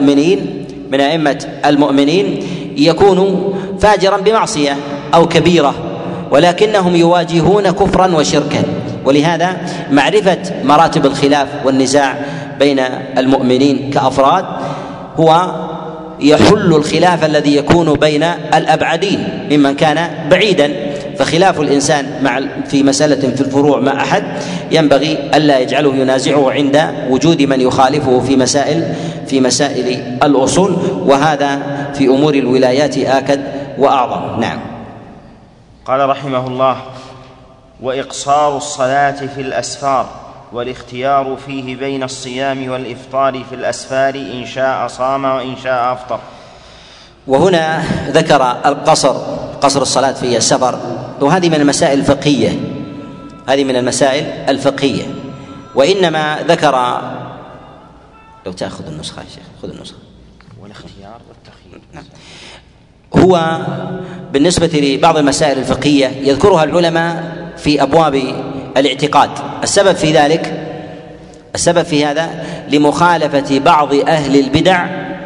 المؤمنين يكون فاجرا بمعصية أو كبيرة، ولكنهم يواجهون كفرا وشركا. ولهذا معرفة مراتب الخلاف والنزاع بين المؤمنين كأفراد هو يحل الخلاف الذي يكون بين الأبعدين ممن كان بعيدا. فخلاف الإنسان في مسألة في الفروع مع أحد ينبغي ألا يجعله ينازعه عند وجود من يخالفه في مسائل الأصول، وهذا في أمور الولايات آكد وأعظم. نعم. قال رحمه الله: وإقصار الصلاة في الأسفار، والاختيار فيه بين الصيام والإفطار في الأسفار، إن شاء صام وإن شاء أفطر. وهنا ذكر قصر الصلاة في السفر، وهذه من المسائل الفقهية، وإنما ذكر، لو تأخذ النسخة يا شيخ، خذ النسخة. والاختيار والتخيير. نعم. هو بالنسبة لبعض المسائل الفقهية يذكرها العلماء في أبواب الاعتقاد. السبب في هذا لمخالفة بعض أهل البدع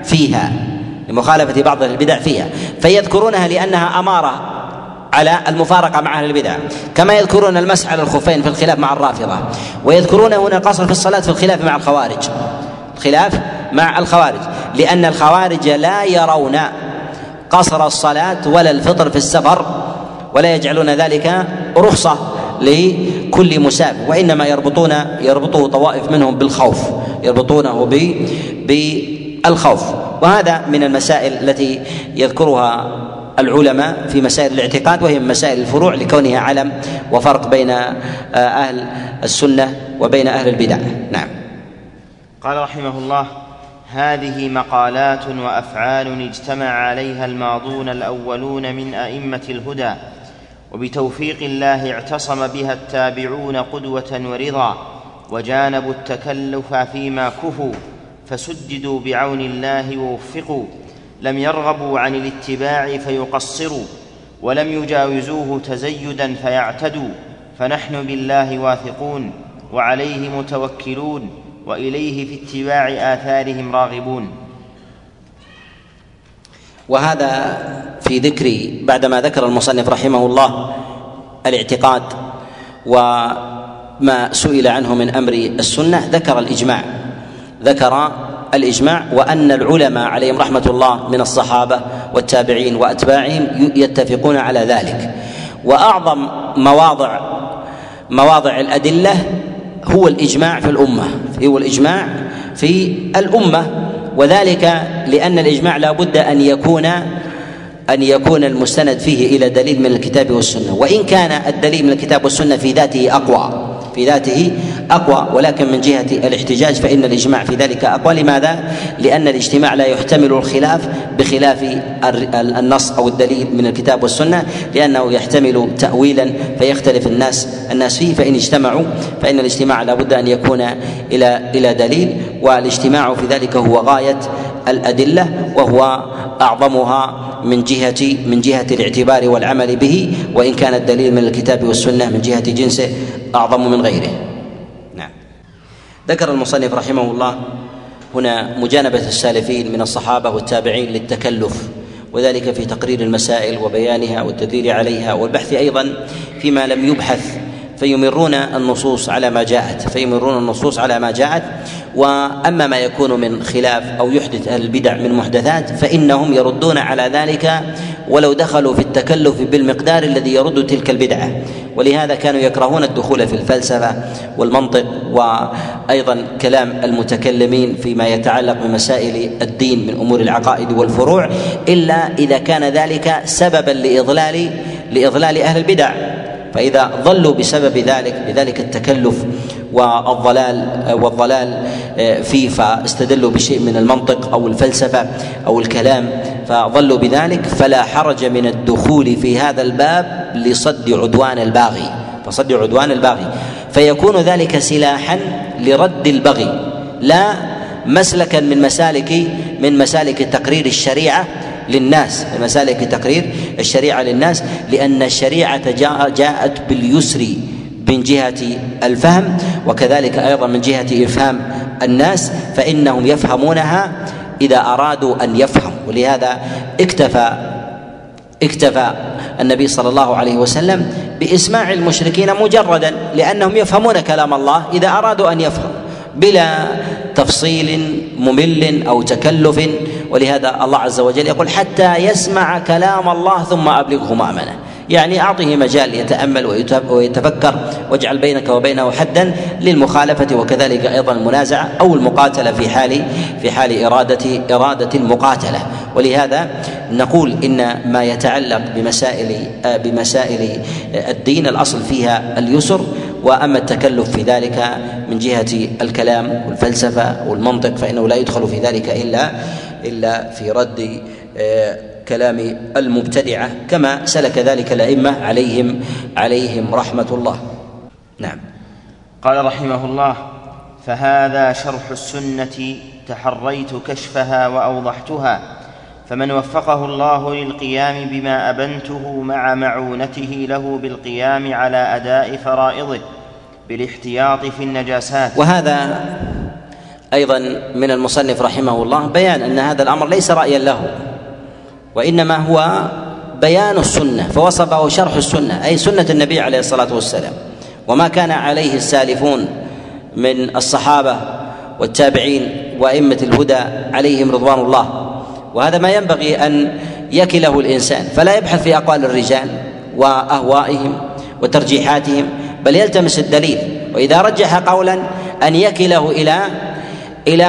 فيها، فيذكرونها لأنها أمارة على المفارقة مع أهل البدع، كما يذكرون المسح على الخفين في الخلاف مع الرافضة، ويذكرون هنا القصر في الصلاة في الخلاف مع الخوارج، لأن الخوارج لا يرون قصر الصلاة ولا الفطر في السفر، ولا يجعلون ذلك رخصة لكل مسافر، وإنما يربطه طوائف منهم بالخوف، يربطونه بالخوف. وهذا من المسائل التي يذكرها العلماء في مسائل الاعتقاد، وهي من مسائل الفروع لكونها علم وفرق بين أهل السنة وبين أهل البدع. نعم. قال رحمه الله: هذه مقالات وأفعال اجتمع عليها الماضون الأولون من أئمة الهدى، وبتوفيق الله اعتصم بها التابعون قدوة ورضا، وجانبوا التكلف فيما كفوا، فسددوا بعون الله ووفقوا، لم يرغبوا عن الاتباع فيقصروا، ولم يجاوزوه تزيدا فيعتدوا، فنحن بالله واثقون، وعليه متوكلون، وإليه في اتباع آثارهم راغبون. وهذا في ذكر، بعدما ذكر المصنف رحمه الله الاعتقاد وما سئل عنه من أمر السنة، ذكر الإجماع، وأن العلماء عليهم رحمة الله من الصحابة والتابعين وأتباعهم يتفقون على ذلك. وأعظم مواضع الأدلة هو الإجماع في الأمة، وذلك لأن الإجماع لا بد أن يكون المستند فيه إلى دليل من الكتاب والسنة، وإن كان الدليل من الكتاب والسنة في ذاته أقوى، ولكن من جهة الاحتجاج فإن الإجماع في ذلك أقوى. لماذا؟ لأن الاجتماع لا يحتمل الخلاف بخلاف النص أو الدليل من الكتاب والسنة، لأنه يحتمل تأويلا فيختلف الناس فيه. فإن اجتمعوا فإن الاجتماع لا بد أن يكون إلى دليل، والاجتماع في ذلك هو غاية الأدلة، وهو أعظمها من جهة الاعتبار والعمل به، وإن كان الدليل من الكتاب والسنة من جهة جنسه أعظم من غيره. نعم. ذكر المصنف رحمه الله هنا مجانبة السالفين من الصحابة والتابعين للتكلف، وذلك في تقرير المسائل وبيانها والتدليل عليها والبحث أيضا فيما لم يبحث، فيمرون النصوص على ما جاءت. وأما ما يكون من خلاف أو يحدث أهل البدع من محدثات فإنهم يردون على ذلك ولو دخلوا في التكلف بالمقدار الذي يرد تلك البدعة، ولهذا كانوا يكرهون الدخول في الفلسفة والمنطق وأيضا كلام المتكلمين فيما يتعلق بمسائل الدين من أمور العقائد والفروع، إلا إذا كان ذلك سببا لإضلال أهل البدع. فإذا ضلوا بسبب ذلك التكلف والضلال فيه، فاستدلوا بشيء من المنطق أو الفلسفة أو الكلام فضلوا بذلك، فلا حرج من الدخول في هذا الباب لصد عدوان الباغي، فيكون ذلك سلاحا لرد البغي، لا مسلكا من مسالك تقرير الشريعة للناس، لأن الشريعة جاءت باليسر من جهة الفهم، وكذلك أيضا من جهة إفهام الناس، فإنهم يفهمونها إذا أرادوا أن يفهموا. ولهذا اكتفى النبي صلى الله عليه وسلم بإسماع المشركين مجردا، لأنهم يفهمون كلام الله إذا أرادوا أن يفهموا، بلا تفصيل ممل أو تكلف. ولهذا الله عز وجل يقول حتى يسمع كلام الله ثم أبلغه مأمنه، يعني أعطه مجال يتأمل ويتفكر، واجعل بينك وبينه حدا للمخالفة، وكذلك أيضا المنازعة أو المقاتلة في حال إرادة المقاتلة. ولهذا نقول إن ما يتعلق بمسائل الدين الأصل فيها اليسر، وأما التكلف في ذلك من جهة الكلام والفلسفة والمنطق فإنه لا يدخل في ذلك إلا في رد كلام المبتدعة، كما سلك ذلك الأئمة عليهم رحمة الله. نعم. قال رحمه الله: فهذا شرح السنة تحريت كشفها وأوضحتها، فمن وفقه الله للقيام بما أبنته مع معونته له بالقيام على أداء فرائضه بالاحتياط في النجاسات. وهذا أيضا من المصنف رحمه الله بيان أن هذا الأمر ليس رأيا له، وإنما هو بيان السنة، فوصفه شرح السنة أي سنة النبي عليه الصلاة والسلام وما كان عليه السالفون من الصحابة والتابعين وأئمة الهدى عليهم رضوان الله. وهذا ما ينبغي أن يكله الإنسان، فلا يبحث في أقوال الرجال وأهوائهم وترجيحاتهم، بل يلتمس الدليل، وإذا رجح قولا أن يكله إلى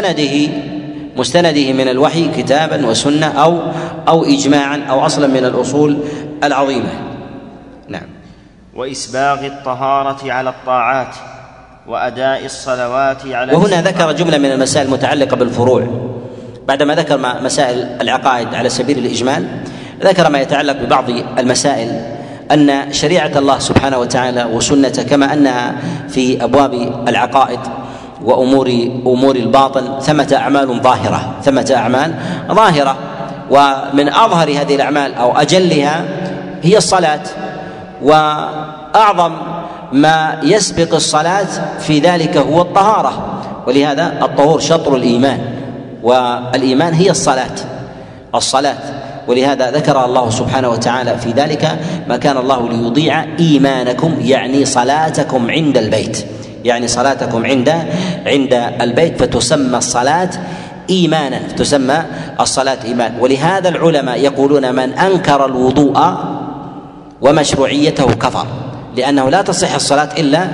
مستنده من الوحي كتابا وسنة أو إجماعا أو أصلا من الأصول العظيمة. نعم. وإسباغ الطهارة على الطاعات وأداء الصلوات على وهنا ذكر جملة من المسائل المتعلقة بالفروع، بعدما ذكر مسائل العقائد على سبيل الإجمال ذكر ما يتعلق ببعض المسائل، أن شريعة الله سبحانه وتعالى وسنته كما أنها في أبواب العقائد وأمور الباطن ثمة أعمال ظاهرة، ومن أظهر هذه الأعمال أو أجلها هي الصلاة، وأعظم ما يسبق الصلاة في ذلك هو الطهارة، ولهذا الطهور شطر الإيمان، والإيمان هي الصلاة، ولهذا ذكر الله سبحانه وتعالى في ذلك: ما كان الله ليضيع إيمانكم، يعني صلاتكم عند البيت، فتسمى الصلاة إيمانا، ولهذا العلماء يقولون من أنكر الوضوء ومشروعيته كفر، لأنه لا تصح الصلاة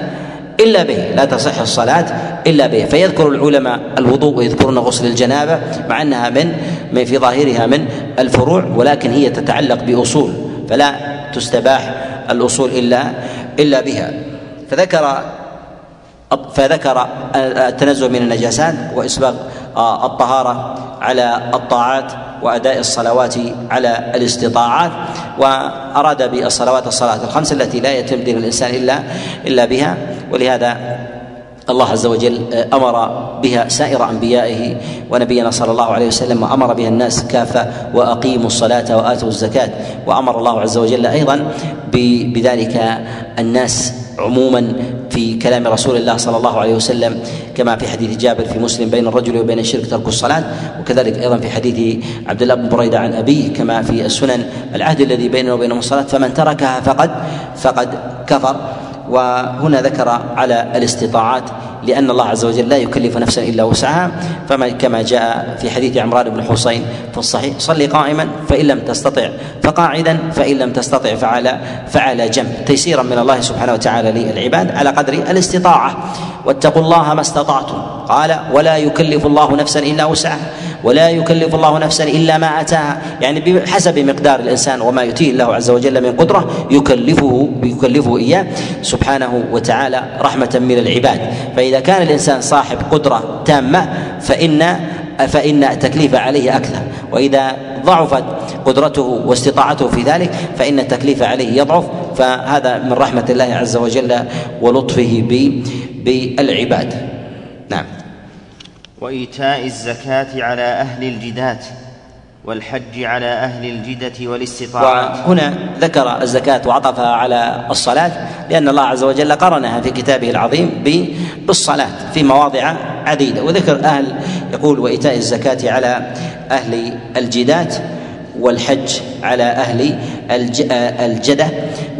إلا به، فيذكر العلماء الوضوء ويذكرون غسل الجنابة مع أنها من في ظاهرها من الفروع، ولكن هي تتعلق بأصول فلا تستباح الأصول إلا بها. فذكر التنزه من النجاسات وإسباغ الطهارة على الطاعات وأداء الصلوات على الاستطاعات، وأراد بالصلوات الصلاة الخمس التي لا يتم دين الإنسان إلا بها، ولهذا الله عز وجل أمر بها سائر أنبيائه ونبينا صلى الله عليه وسلم، وأمر بها الناس كافة: وأقيموا الصلاة وآتوا الزكاة. وأمر الله عز وجل أيضا بذلك الناس عموما في كلام رسول الله صلى الله عليه وسلم، كما في حديث جابر في مسلم: بين الرجل وبين الشرك ترك الصلاة، وكذلك أيضا في حديث عبد الله بن بريدة عن أبيه كما في السنن: العهد الذي بيننا وبينهم الصلاة، فمن تركها فقد كفر. وهنا ذكر على الاستطاعات، لأن الله عز وجل لا يكلف نفسا إلا وسعها، كما جاء في حديث عمران بن حسين في الصحيح: صل قائما فإن لم تستطع فقاعدا فإن لم تستطع فعلى جنب، تيسيرا من الله سبحانه وتعالى للعباد على قدر الاستطاعة. واتقوا الله ما استطعتم، قال: ولا يكلف الله نفسا إلا وسعها، ولا يكلف الله نفسا إلا ما أتاها، يعني بحسب مقدار الإنسان وما يؤتيه الله عز وجل من قدرة يكلفه إياه سبحانه وتعالى رحمة من العباد. فإذا كان الإنسان صاحب قدرة تامة فإن التكليف عليه أكثر، وإذا ضعفت قدرته واستطاعته في ذلك فإن التكليف عليه يضعف، فهذا من رحمة الله عز وجل ولطفه بالعباد. نعم. وإيتاء الزكاة على أهل الجدات، والحج على أهل الجدة والاستطاعات. وهنا ذكر الزكاة وعطفها على الصلاة، لأن الله عز وجل قرنها في كتابه العظيم بالصلاة في مواضع عديدة، وذكر يقول: وإيتاء الزكاة على أهل الجدات، والحج على أهل الجدة.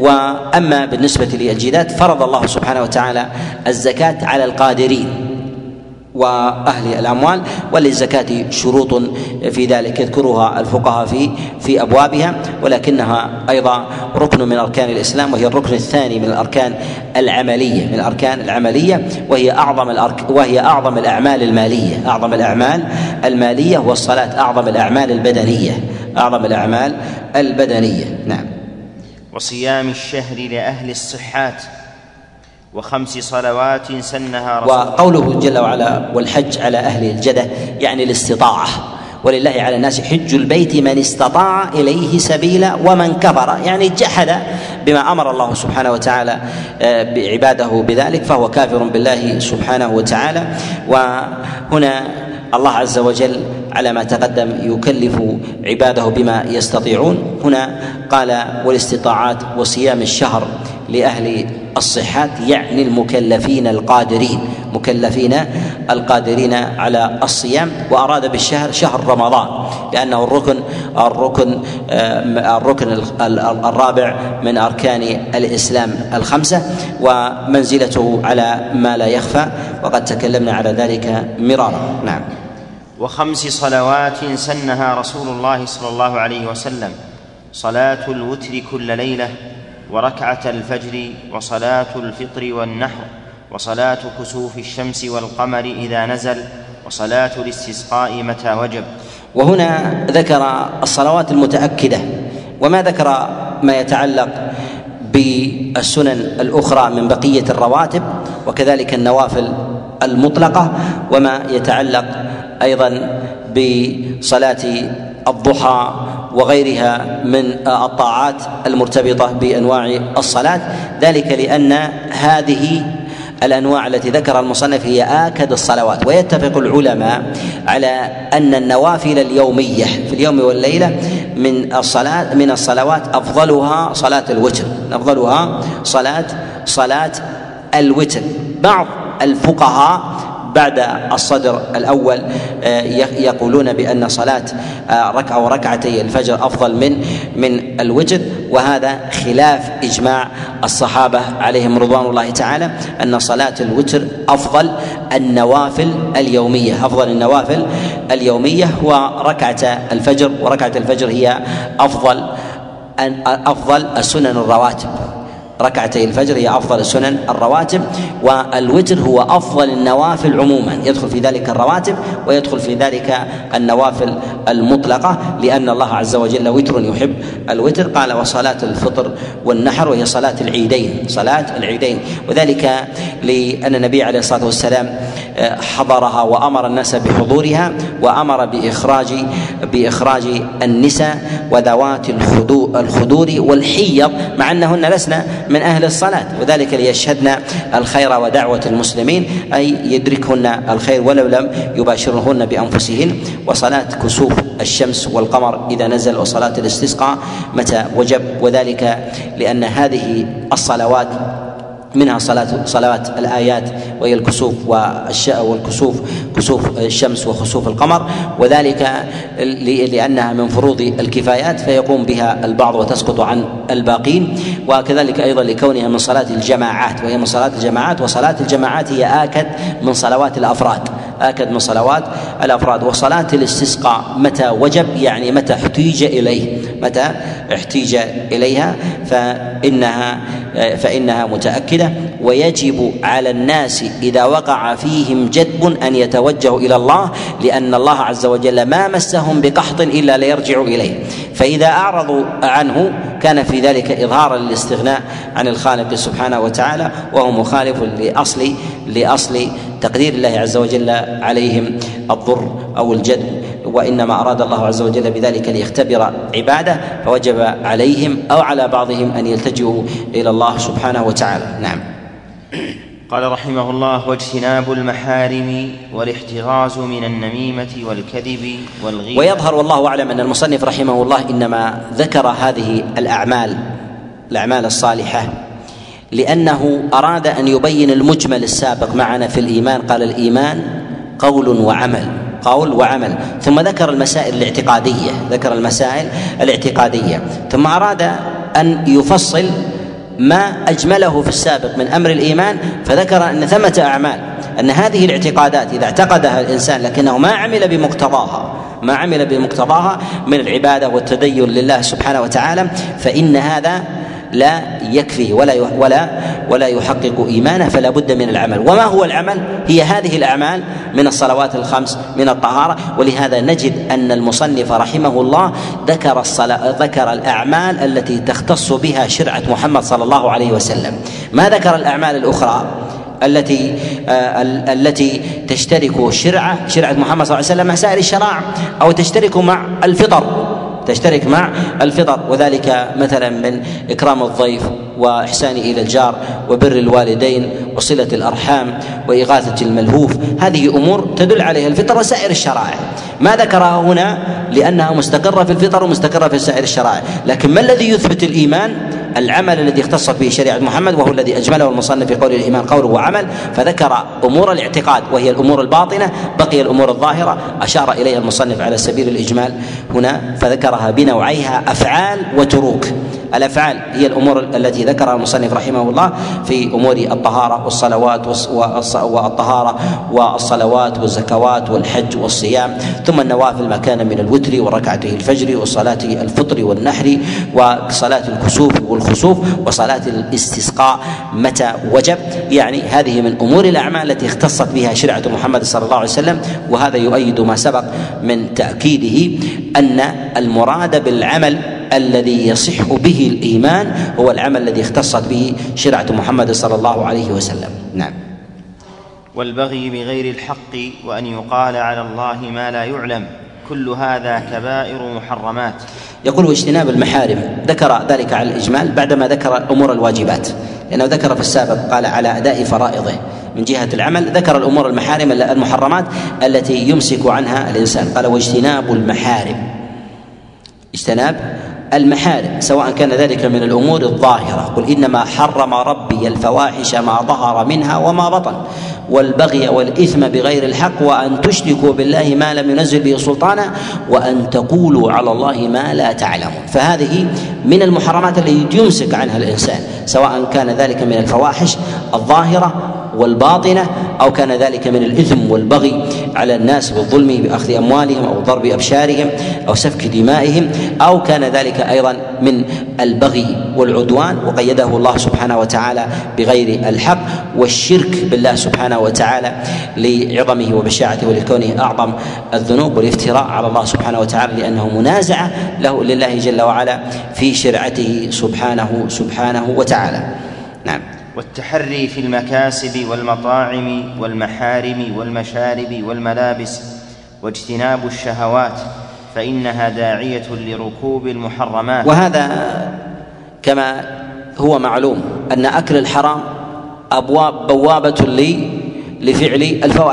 وأما بالنسبة للجدات فرض الله سبحانه وتعالى الزكاة على القادرين، وأهل الأموال. وللزكاة شروط في ذلك يذكرها الفقهاء في أبوابها، ولكنها أيضا ركن من أركان الإسلام، وهي الركن الثاني من الأركان العملية، وهي أعظم الأعمال المالية، والصلاة أعظم الأعمال البدنية. نعم. وصيام الشهر لأهل الصحات، وخمس صلوات سنها وقوله جل وعلا والحج على أهل الجدة يعني الاستطاعة، ولله على الناس حج البيت من استطاع إليه سبيلا ومن كفر، يعني جحد بما أمر الله سبحانه وتعالى بعباده بذلك فهو كافر بالله سبحانه وتعالى. وهنا الله عز وجل على ما تقدم يكلف عباده بما يستطيعون. هنا قال والاستطاعات وصيام الشهر لأهل الصحات، يعني المكلفين القادرين على الصيام، وأراد بالشهر شهر رمضان لأنه الركن الرابع من أركان الإسلام الخمسة، ومنزلته على ما لا يخفى، وقد تكلمنا على ذلك مرارا. نعم. وخمس صلوات سنها رسول الله صلى الله عليه وسلم: صلاة الوتر كل ليلة، وركعة الفجر، وصلاة الفطر والنحر، وصلاة كسوف الشمس والقمر إذا نزل، وصلاة الاستسقاء متى وجب. وهنا ذكر الصلوات المتأكدة، وما ذكر ما يتعلق بالسنن الأخرى من بقية الرواتب، وكذلك النوافل المطلقة، وما يتعلق أيضا بصلاة الضحى وغيرها من الطاعات المرتبطة بأنواع الصلاة، ذلك لأن هذه الأنواع التي ذكر المصنف هي آكد الصلوات. ويتفق العلماء على أن النوافل اليومية في اليوم والليلة من الصلوات أفضلها صلاة الوتر. بعض الفقهاء بعد الصدر الأول يقولون بأن صلاة ركعة وركعتي الفجر أفضل من الوتر، وهذا خلاف إجماع الصحابة عليهم رضوان الله تعالى، أن صلاة الوتر أفضل النوافل اليومية، وركعة الفجر هي أفضل السنن الرواتب. ركعتي الفجر هي أفضل السنن الرواتب، والوتر هو أفضل النوافل عموما، يدخل في ذلك الرواتب ويدخل في ذلك النوافل المطلقة، لأن الله عز وجل وتر يحب الوتر. قال وصلاة الفطر والنحر، وهي صلاة العيدين، وذلك لأن النبي عليه الصلاة والسلام حضرها وأمر الناس بحضورها، وأمر بإخراج النساء وذوات الخدور والحيض، مع أنهن لسنا من أهل الصلاة، وذلك ليشهدن الخير ودعوة المسلمين، أي يدركهن الخير ولو لم يباشرهن بأنفسهن. وصلاة كسوف الشمس والقمر إذا نزل، وصلاة الاستسقاء متى وجب، وذلك لأن هذه الصلوات منها صلوات الآيات، وهي الكسوف كسوف الشمس وخسوف القمر، وذلك لأنها من فروض الكفايات فيقوم بها البعض وتسقط عن الباقين، وكذلك أيضا لكونها من صلاة الجماعات، وهي من صلاة الجماعات، وصلاة الجماعات هي آكد من صلوات الأفراد. وصلاة الاستسقاء متى وجب، يعني متى احتيج إليها فإنها متأكدة. ويجب على الناس إذا وقع فيهم جدب أن يتوجهوا إلى الله، لأن الله عز وجل ما مسهم بقحط إلا ليرجعوا إليه، فإذا أعرضوا عنه كان في ذلك إظهارا للاستغناء عن الخالق سبحانه وتعالى، وهو مخالف لأصل تقدير الله عز وجل عليهم الضر أو الجدب، وإنما أراد الله عز وجل بذلك ليختبر عباده، فوجب عليهم أو على بعضهم أن يلتجئوا إلى الله سبحانه وتعالى. نعم. قال رحمه الله: واجتناب المحارم والاحتراز من النميمة والكذب والغيبة. ويظهر والله أعلم أن المصنف رحمه الله إنما ذكر هذه الأعمال الصالحة لأنه أراد أن يبين المجمل السابق معنا في الإيمان. قال الإيمان قول وعمل، ثم ذكر المسائل الاعتقادية، ثم أراد أن يفصل ما أجمله في السابق من أمر الإيمان، فذكر أن ثمة أعمال أن هذه الاعتقادات إذا اعتقدها الإنسان لكنه ما عمل بمقتضاها من العبادة والتدين لله سبحانه وتعالى فإن هذا لا يكفيه ولا يحقق إيمانه، فلا بد من العمل. وما هو العمل؟ هي هذه الأعمال من الصلوات الخمس، من الطهارة. ولهذا نجد أن المصنف رحمه الله ذكر الأعمال التي تختص بها شرعة محمد صلى الله عليه وسلم، ما ذكر الأعمال الأخرى التي تشترك شرعة محمد صلى الله عليه وسلم مع سائر الشرائع، أو تشترك مع الفطر، وذلك مثلا من إكرام الضيف وإحسان إلى الجار وبر الوالدين وصلة الأرحام وإغاثة الملهوف. هذه أمور تدل عليها الفطر وسائر الشرائع، ما ذكرها هنا لأنها مستقرة في الفطر ومستقرة في سائر الشرائع. لكن ما الذي يثبت الإيمان؟ العمل الذي اختصت به شريعة محمد، وهو الذي أجمله المصنف في قول الإيمان قول وعمل، فذكر أمور الاعتقاد وهي الأمور الباطنة، بقي الأمور الظاهرة أشار إليها المصنف على سبيل الإجمال هنا، فذكرها بنوعيها أفعال وتروك. الأفعال هي الأمور التي ذكرها المصنف رحمه الله في أمور الطهارة والصلوات والطهارة والصلوات والزكوات والحج والصيام، ثم النوافل ما كان من الوتر وركعته الفجر وصلاة الفطر والنحر وصلاة الكسوف والخسوف وصلاة الاستسقاء متى وجب. يعني هذه من أمور الأعمال التي اختصت بها شريعة محمد صلى الله عليه وسلم. وهذا يؤيد ما سبق من تأكيده أن المراد بالعمل الذي يصح به الإيمان هو العمل الذي اختصت به شريعة محمد صلى الله عليه وسلم. نعم. والبغي بغير الحق وأن يقال على الله ما لا يعلم، كل هذا كبائر محرمات. يقول واجتناب المحارم، ذكر ذلك على الإجمال بعدما ذكر أمور الواجبات، لأنه ذكر في السابق قال على أداء فرائضه من جهة العمل، ذكر الأمور المحارم المحرمات التي يمسك عنها الإنسان. قال واجتناب المحارم، اجتناب المحارم سواء كان ذلك من الأمور الظاهرة، قل إنما حرم ربي الفواحش ما ظهر منها وما بطن والبغي والإثم بغير الحق وأن تشركوا بالله ما لم ينزل به سلطانا وأن تقولوا على الله ما لا تعلمون. فهذه من المحرمات التي يمسك عنها الإنسان، سواء كان ذلك من الفواحش الظاهرة والباطنة أو كان ذلك من الإثم والبغي على الناس بالظلم بأخذ أموالهم أو ضرب أبشارهم أو سفك دمائهم، أو كان ذلك أيضا من البغي والعدوان وقيده الله سبحانه وتعالى بغير الحق، والشرك بالله سبحانه وتعالى لعظمه وبشاعته ولكونه أعظم الذنوب، والافتراء على الله سبحانه وتعالى لأنه منازعة لله جل وعلا في شرعته سبحانه وتعالى. نعم. والتحري في المكاسب والمطاعم والمحارم والمشارب والملابس واجتناب الشهوات فإنها داعية لركوب المحرمات. وهذا كما هو معلوم أن أكل الحرام بوابة لفعل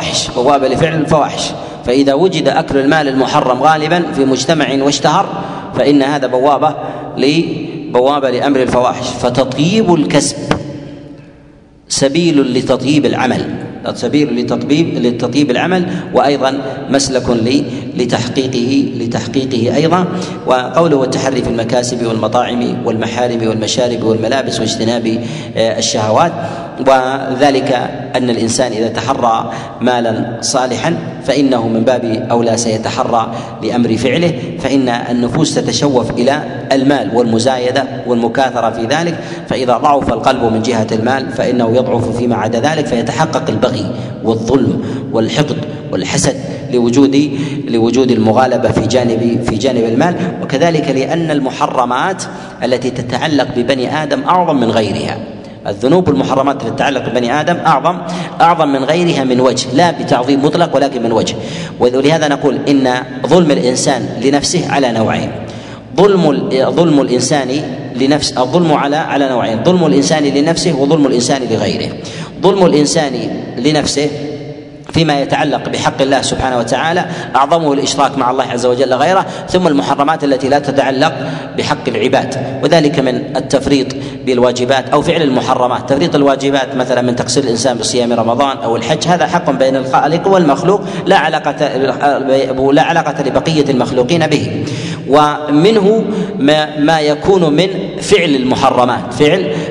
الفواحش، فإذا وجد أكل المال المحرم غالبا في مجتمع واشتهر فإن هذا بوابة لأمر الفواحش. فتطيب الكسب سبيل لتطيب العمل، وأيضا مسلك لتحقيقه أيضا. وقوله والتحري في المكاسب والمطاعم والمحارم والمشارب والملابس واجتناب الشهوات، وذلك أن الإنسان إذا تحرى مالا صالحا فإنه من باب أولى سيتحرى لأمر فعله، فإن النفوس تتشوف إلى المال والمزايدة والمكاثرة في ذلك، فإذا ضعف القلب من جهة المال فإنه يضعف فيما عدا ذلك، فيتحقق البغي والظلم والحقد والحسد لوجود المغالبة في جانب المال. وكذلك لأن المحرمات التي تتعلق ببني آدم أعظم من غيرها، الذنوب والمحرمات التي تتعلق ببني آدم أعظم من غيرها من وجه، لا بتعظيم مطلق ولكن من وجه. ولهذا نقول إن ظلم الإنسان لنفسه على نوعين، ظلم الإنسان لنفسه، الظلم على نوعين، ظلم الإنسان لنفسه وظلم الإنسان لغيره. ظلم الإنسان لنفسه فيما يتعلق بحق الله سبحانه وتعالى أعظمه الإشراك مع الله عز وجل غيره، ثم المحرمات التي لا تتعلق بحق العباد، وذلك من التفريط بالواجبات أو فعل المحرمات. تفريط الواجبات مثلا من تقصير الإنسان بصيام رمضان أو الحج، هذا حق بين الخالق والمخلوق لا علاقة لبقية المخلوقين به. ومنه ما يكون من فعل المحرمات، فعل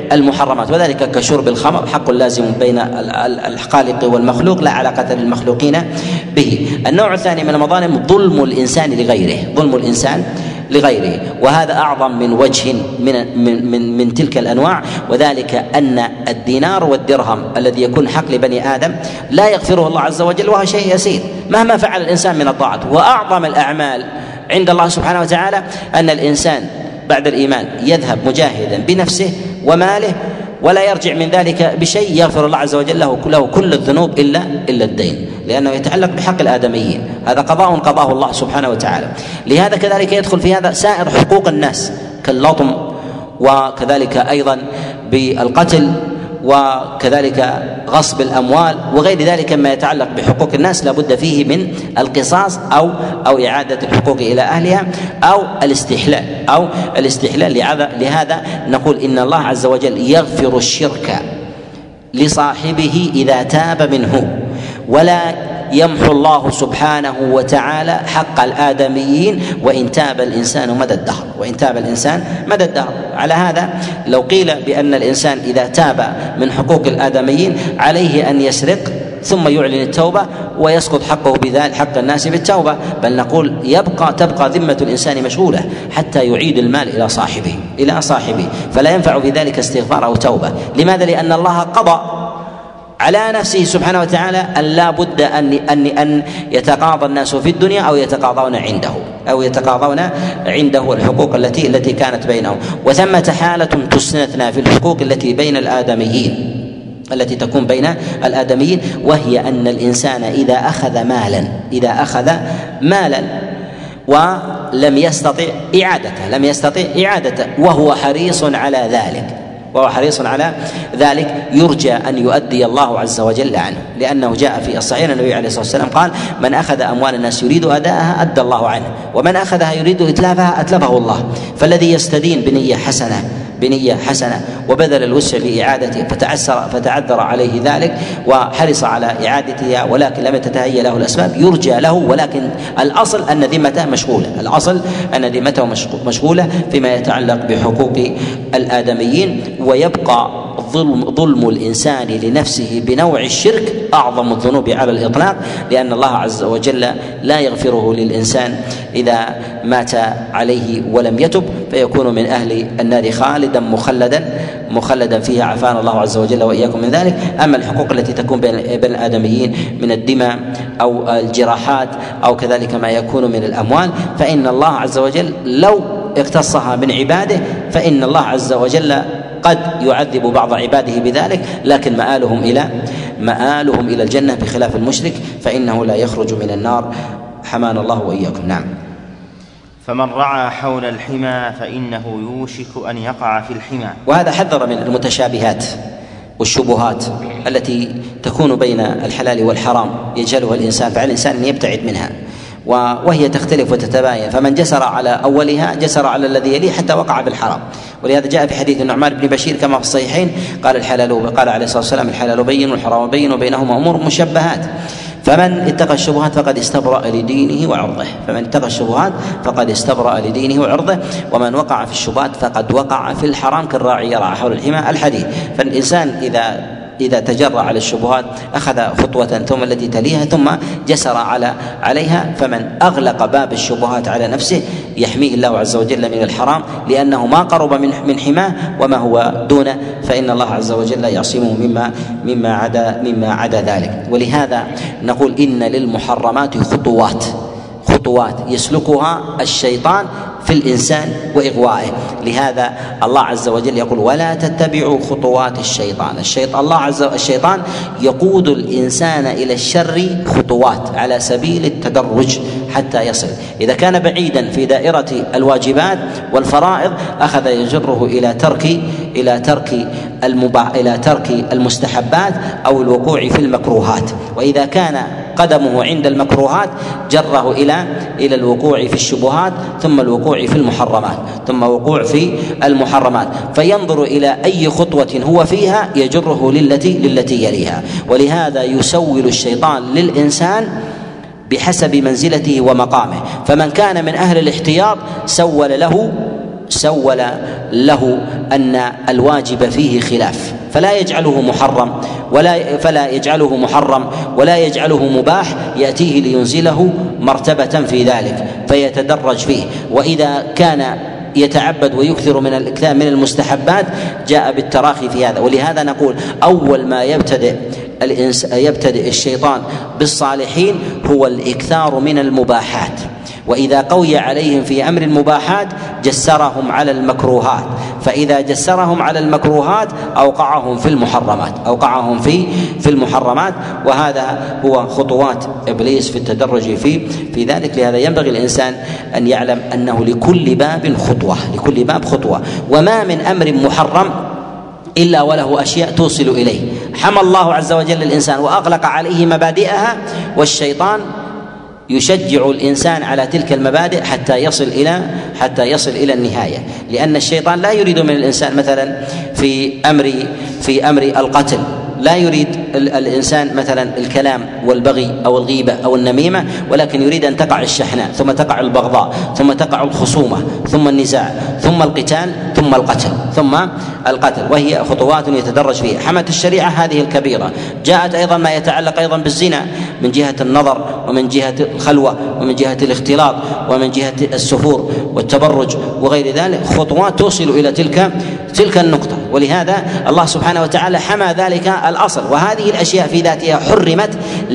المحرمات، وذلك كشرب الخمر حق لازم بين الخالق والمخلوق لا علاقة للمخلوقين به. النوع الثاني من المظالم ظلم الإنسان لغيره، ظلم الإنسان لغيره، وهذا أعظم من وجه من تلك الأنواع، وذلك أن الدينار والدرهم الذي يكون حق لبني آدم لا يغفره الله عز وجل، وهو شيء يسير مهما فعل الإنسان من الطاعات. وأعظم الأعمال عند الله سبحانه وتعالى أن الإنسان بعد الإيمان يذهب مجاهدا بنفسه وماله ولا يرجع من ذلك بشيء، يغفر الله عز وجل له كل الذنوب إلا الدين، لأنه يتعلق بحق الآدميين، هذا قضاء قضاه الله سبحانه وتعالى. لهذا كذلك يدخل في هذا سائر حقوق الناس كاللطم، وكذلك أيضا بالقتل، وكذلك غصب الأموال وغير ذلك مما يتعلق بحقوق الناس لا بد فيه من القصاص أو إعادة الحقوق إلى أهلها أو الاستحلال. لهذا نقول إن الله عز وجل يغفر الشرك لصاحبه إذا تاب منه، ولا يمحو الله سبحانه وتعالى حق الآدميين وإن تاب الإنسان مدى الدهر. على هذا لو قيل بأن الإنسان إذا تاب من حقوق الآدميين عليه أن يسرق ثم يعلن التوبة ويسقط حقه بذلك حق الناس بالتوبة، بل نقول تبقى ذمة الإنسان مشغولة حتى يعيد المال إلى صاحبه، فلا ينفع في ذلك استغفار أو توبة. لماذا؟ لأن الله قضى على نفسه سبحانه وتعالى أن لا بد أن يتقاضى الناس في الدنيا أو يتقاضون عنده الحقوق التي كانت بينهم. وثمة حالة تستثنى في الحقوق التي بين الآدميين، التي تكون بين الآدميين، وهي أن الإنسان إذا أخذ مالا ولم يستطع إعادته وهو حريص على ذلك يرجى أن يؤدي الله عز وجل عنه، لأنه جاء في الصحيح النبي عليه الصلاة والسلام قال: من أخذ أموال الناس يريد أداءها أدى الله عنه، ومن أخذها يريد إتلافها أتلفه الله. فالذي يستدين بنية حسنة وبذل الوسع في إعادته فتعذر عليه ذلك وحرص على إعادتها ولكن لم تتهيأ له الأسباب يرجى له، ولكن الأصل أن ذمته مشغولة فيما يتعلق بحقوق الآدميين. ويبقى ظلم الإنسان لنفسه بنوع الشرك أعظم الذنوب على الإطلاق، لأن الله عز وجل لا يغفره للإنسان إذا مات عليه ولم يتب، فيكون من أهل النار خالدا مخلدا فيها، عافانا الله عز وجل وإياكم من ذلك. أما الحقوق التي تكون بين الآدميين من الدماء أو الجراحات أو كذلك ما يكون من الأموال، فإن الله عز وجل لو اختصها من عباده فإن الله عز وجل قد يعذب بعض عباده بذلك، لكن مآلهم إلى الجنة، بخلاف المشرك فإنه لا يخرج من النار، حمانا الله وإياكم. نعم. فمن رعى حول الحمى فإنه يوشك أن يقع في الحمى. وهذا حذر من المتشابهات والشبهات التي تكون بين الحلال والحرام يجهلها الإنسان، فعلى الإنسان أن يبتعد منها، وهي تختلف وتتباين، فمن جسر على أولها جسر على الذي يليه حتى وقع بالحرام. ولهذا جاء في حديث النعمان بن بشير كما في الصحيحين قال عليه الصلاة والسلام: الحلال بين والحرام بين وبينهما أمور مشبهات، فمن اتقى الشبهات فقد استبرأ لدينه وعرضه، ومن وقع في الشبهات فقد وقع في الحرام كالراعي يرعى حول الحمى الحديث. فالإنسان إذا تجرأ على الشبهات أخذ خطوة ثم التي تليها ثم جسر عليها، فمن أغلق باب الشبهات على نفسه يحميه الله عز وجل من الحرام، لأنه ما قرب من حماه وما هو دونه، فإن الله عز وجل يعصمه مما عدا ذلك. ولهذا نقول إن للمحرمات خطوات يسلكها الشيطان في الإنسان وإغوائه. لهذا الله عز وجل يقول: ولا تتبعوا خطوات الشيطان. الشيطان يقود الإنسان إلى الشر خطوات على سبيل التدرج حتى يصل. إذا كان بعيدا في دائرة الواجبات والفرائض أخذ يجره إلى ترك المستحبات أو الوقوع في المكروهات، وإذا كان قدمه عند المكروهات جره إلى الوقوع في الشبهات، ثم الوقوع في المحرمات، ثم وقوع في المحرمات، فينظر إلى أي خطوة هو فيها يجره للتي يليها. ولهذا يسول الشيطان للإنسان بحسب منزلته ومقامه، فمن كان من أهل الاحتياط سول له سول له أن الواجب فيه خلاف فلا يجعله محرم ولا يجعله مباح، يأتيه لينزله مرتبة في ذلك فيتدرج فيه. وإذا كان يتعبد ويكثر من الإكثار من المستحبات جاء بالتراخي في هذا. ولهذا نقول أول ما يبتدئ الشيطان بالصالحين هو الإكثار من المباحات، وإذا قوي عليهم في أمر المباحات جسرهم على المكروهات، فإذا جسرهم على المكروهات أوقعهم في المحرمات وهذا هو خطوات إبليس في التدرج في ذلك. لهذا ينبغي الإنسان أن يعلم أنه لكل باب خطوة، وما من أمر محرم إلا وله أشياء توصل إليه. حمى الله عز وجل الإنسان وأغلق عليه مبادئها، والشيطان يشجع الإنسان على تلك المبادئ حتى يصل إلى النهاية، لأن الشيطان لا يريد من الإنسان مثلا في أمر القتل، لا يريد الإنسان مثلا الكلام والبغي أو الغيبة أو النميمة، ولكن يريد أن تقع الشحناء ثم تقع البغضاء ثم تقع الخصومة ثم النزاع ثم القتال ثم القتل وهي خطوات يتدرج فيها. حمت الشريعة هذه الكبيرة. جاءت أيضا ما يتعلق أيضا بالزنا من جهة النظر ومن جهة الخلوة ومن جهة الاختلاط ومن جهة السفور والتبرج وغير ذلك، خطوات توصل إلى تلك النقطة. ولهذا الله سبحانه وتعالى حمى ذلك الأصل. وهذه الأشياء في ذاتها حرمت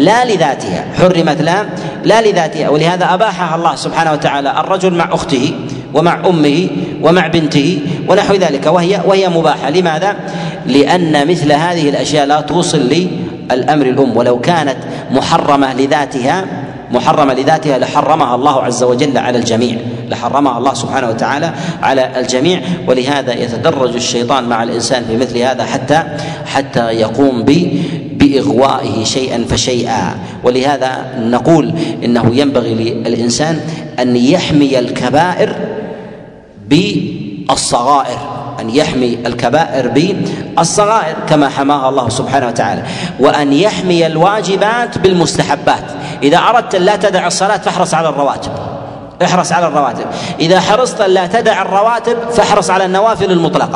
لا لذاتها، ولهذا أباحها الله سبحانه وتعالى الرجل مع أخته ومع أمه ومع بنته ونحو ذلك وهي مباحة. لماذا؟ لأن مثل هذه الأشياء لا توصل للأمر الأم، ولو كانت محرمة لذاتها لحرمها الله عز وجل على الجميع، لحرمها الله سبحانه وتعالى على الجميع. ولهذا يتدرج الشيطان مع الإنسان في مثل هذا حتى يقوم بإغوائه شيئا فشيئا. ولهذا نقول إنه ينبغي للإنسان أن يحمي الكبائر بالصغائر كما حماها الله سبحانه وتعالى، وأن يحمي الواجبات بالمستحبات. إذا أردت لا تدع الصلاة فاحرص على الرواتب، إذا حرصت لا تدع الرواتب فاحرص على النوافل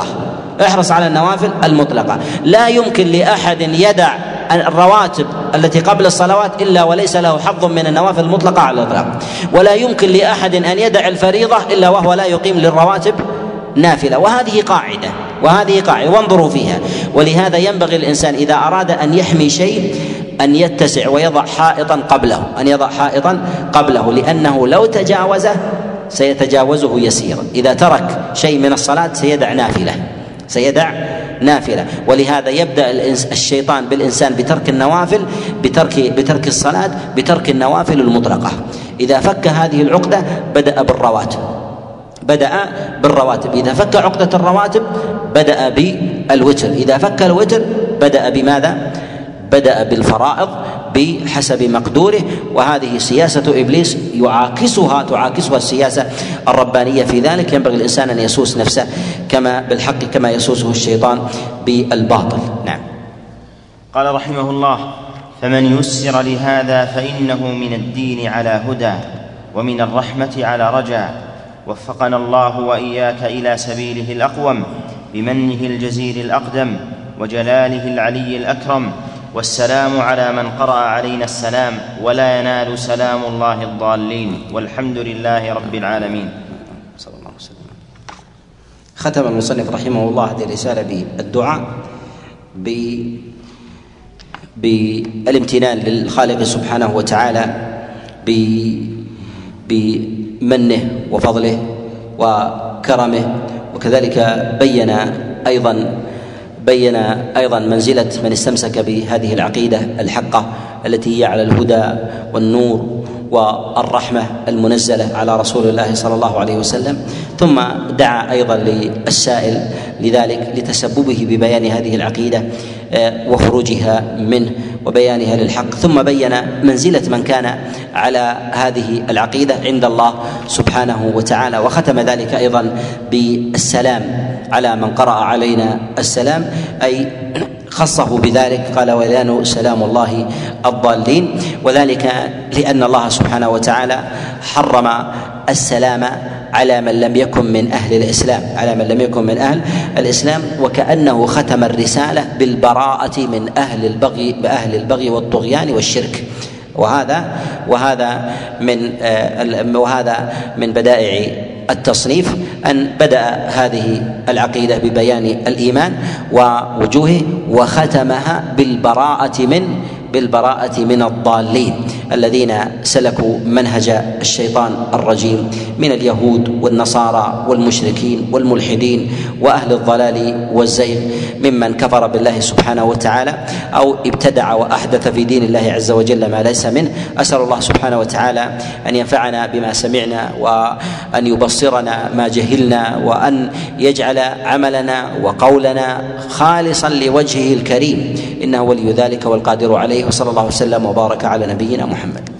المطلقة. لا يمكن لأحد يدع الرواتب التي قبل الصلوات إلا وليس له حظ من النوافل المطلقة على الإطلاق، ولا يمكن لأحد أن يدع الفريضة إلا وهو لا يقيم للرواتب نافلة. وهذه قاعدة وانظروا فيها. ولهذا ينبغي الإنسان إذا أراد أن يحمي شيء أن يتسع ويضع حائطا قبله، لأنه لو تجاوزه سيتجاوزه يسيرا. إذا ترك شيء من الصلاة سيدع نافلة. ولهذا يبدأ الشيطان بالإنسان بترك النوافل، بترك الصلاة، بترك النوافل المطلقة. إذا فك هذه العقدة بدأ بالرواتب، إذا فك عقدة الرواتب بدأ بالوتر، إذا فك الوتر بدأ بماذا؟ بدأ بالفرائض بحسب مقدوره. وهذه سياسة إبليس تعاكسها السياسة الربانية في ذلك. ينبغي الإنسان أن يسوس نفسه بالحق كما يسوسه الشيطان بالباطل. نعم. قال رحمه الله: فمن يسر لهذا فإنه من الدين على هدى ومن الرحمة على رجاء. وفقنا الله وإياك إلى سبيله الأقوم بمنه الجزيل الأقدم وجلاله العلي الأكرم. والسلام على من قرأ علينا السلام، ولا ينال سلام الله الضالين، والحمد لله رب العالمين. صلى الله عليه وسلم. ختم المصنف رحمه الله هذه الرسالة بالدعاء بالامتنان للخالق سبحانه وتعالى بمنه وفضله وكرمه، وكذلك بين أيضا منزلة من استمسك بهذه العقيدة الحقة التي هي على الهدى والنور والرحمة المنزلة على رسول الله صلى الله عليه وسلم. ثم دعا أيضا للسائل لذلك لتسببه ببيان هذه العقيدة وخروجها منه وبيانها للحق، ثم بين منزلة من كان على هذه العقيدة عند الله سبحانه وتعالى. وختم ذلك أيضا بالسلام على من قرأ علينا السلام، أي خصه بذلك، قال: وينال سلام الله الضالين. وذلك لأن الله سبحانه وتعالى حرم السلام على من لم يكن من أهل الإسلام، وكأنه ختم الرسالة بالبراءة من أهل البغي والطغيان والشرك. وهذا من بدائع التصنيف، أن بدأ هذه العقيدة ببيان الإيمان ووجوهه، وختمها بالبراءة من الضالين الذين سلكوا منهج الشيطان الرجيم من اليهود والنصارى والمشركين والملحدين وأهل الضلال والزيغ، ممن كفر بالله سبحانه وتعالى أو ابتدع وأحدث في دين الله عز وجل ما ليس منه. أسأل الله سبحانه وتعالى أن ينفعنا بما سمعنا، وأن يبصرنا ما جهلنا، وأن يجعل عملنا وقولنا خالصا لوجهه الكريم، إنه ولي ذلك والقادر عليه. وصلى الله وسلم وبارك على نبينا محمد.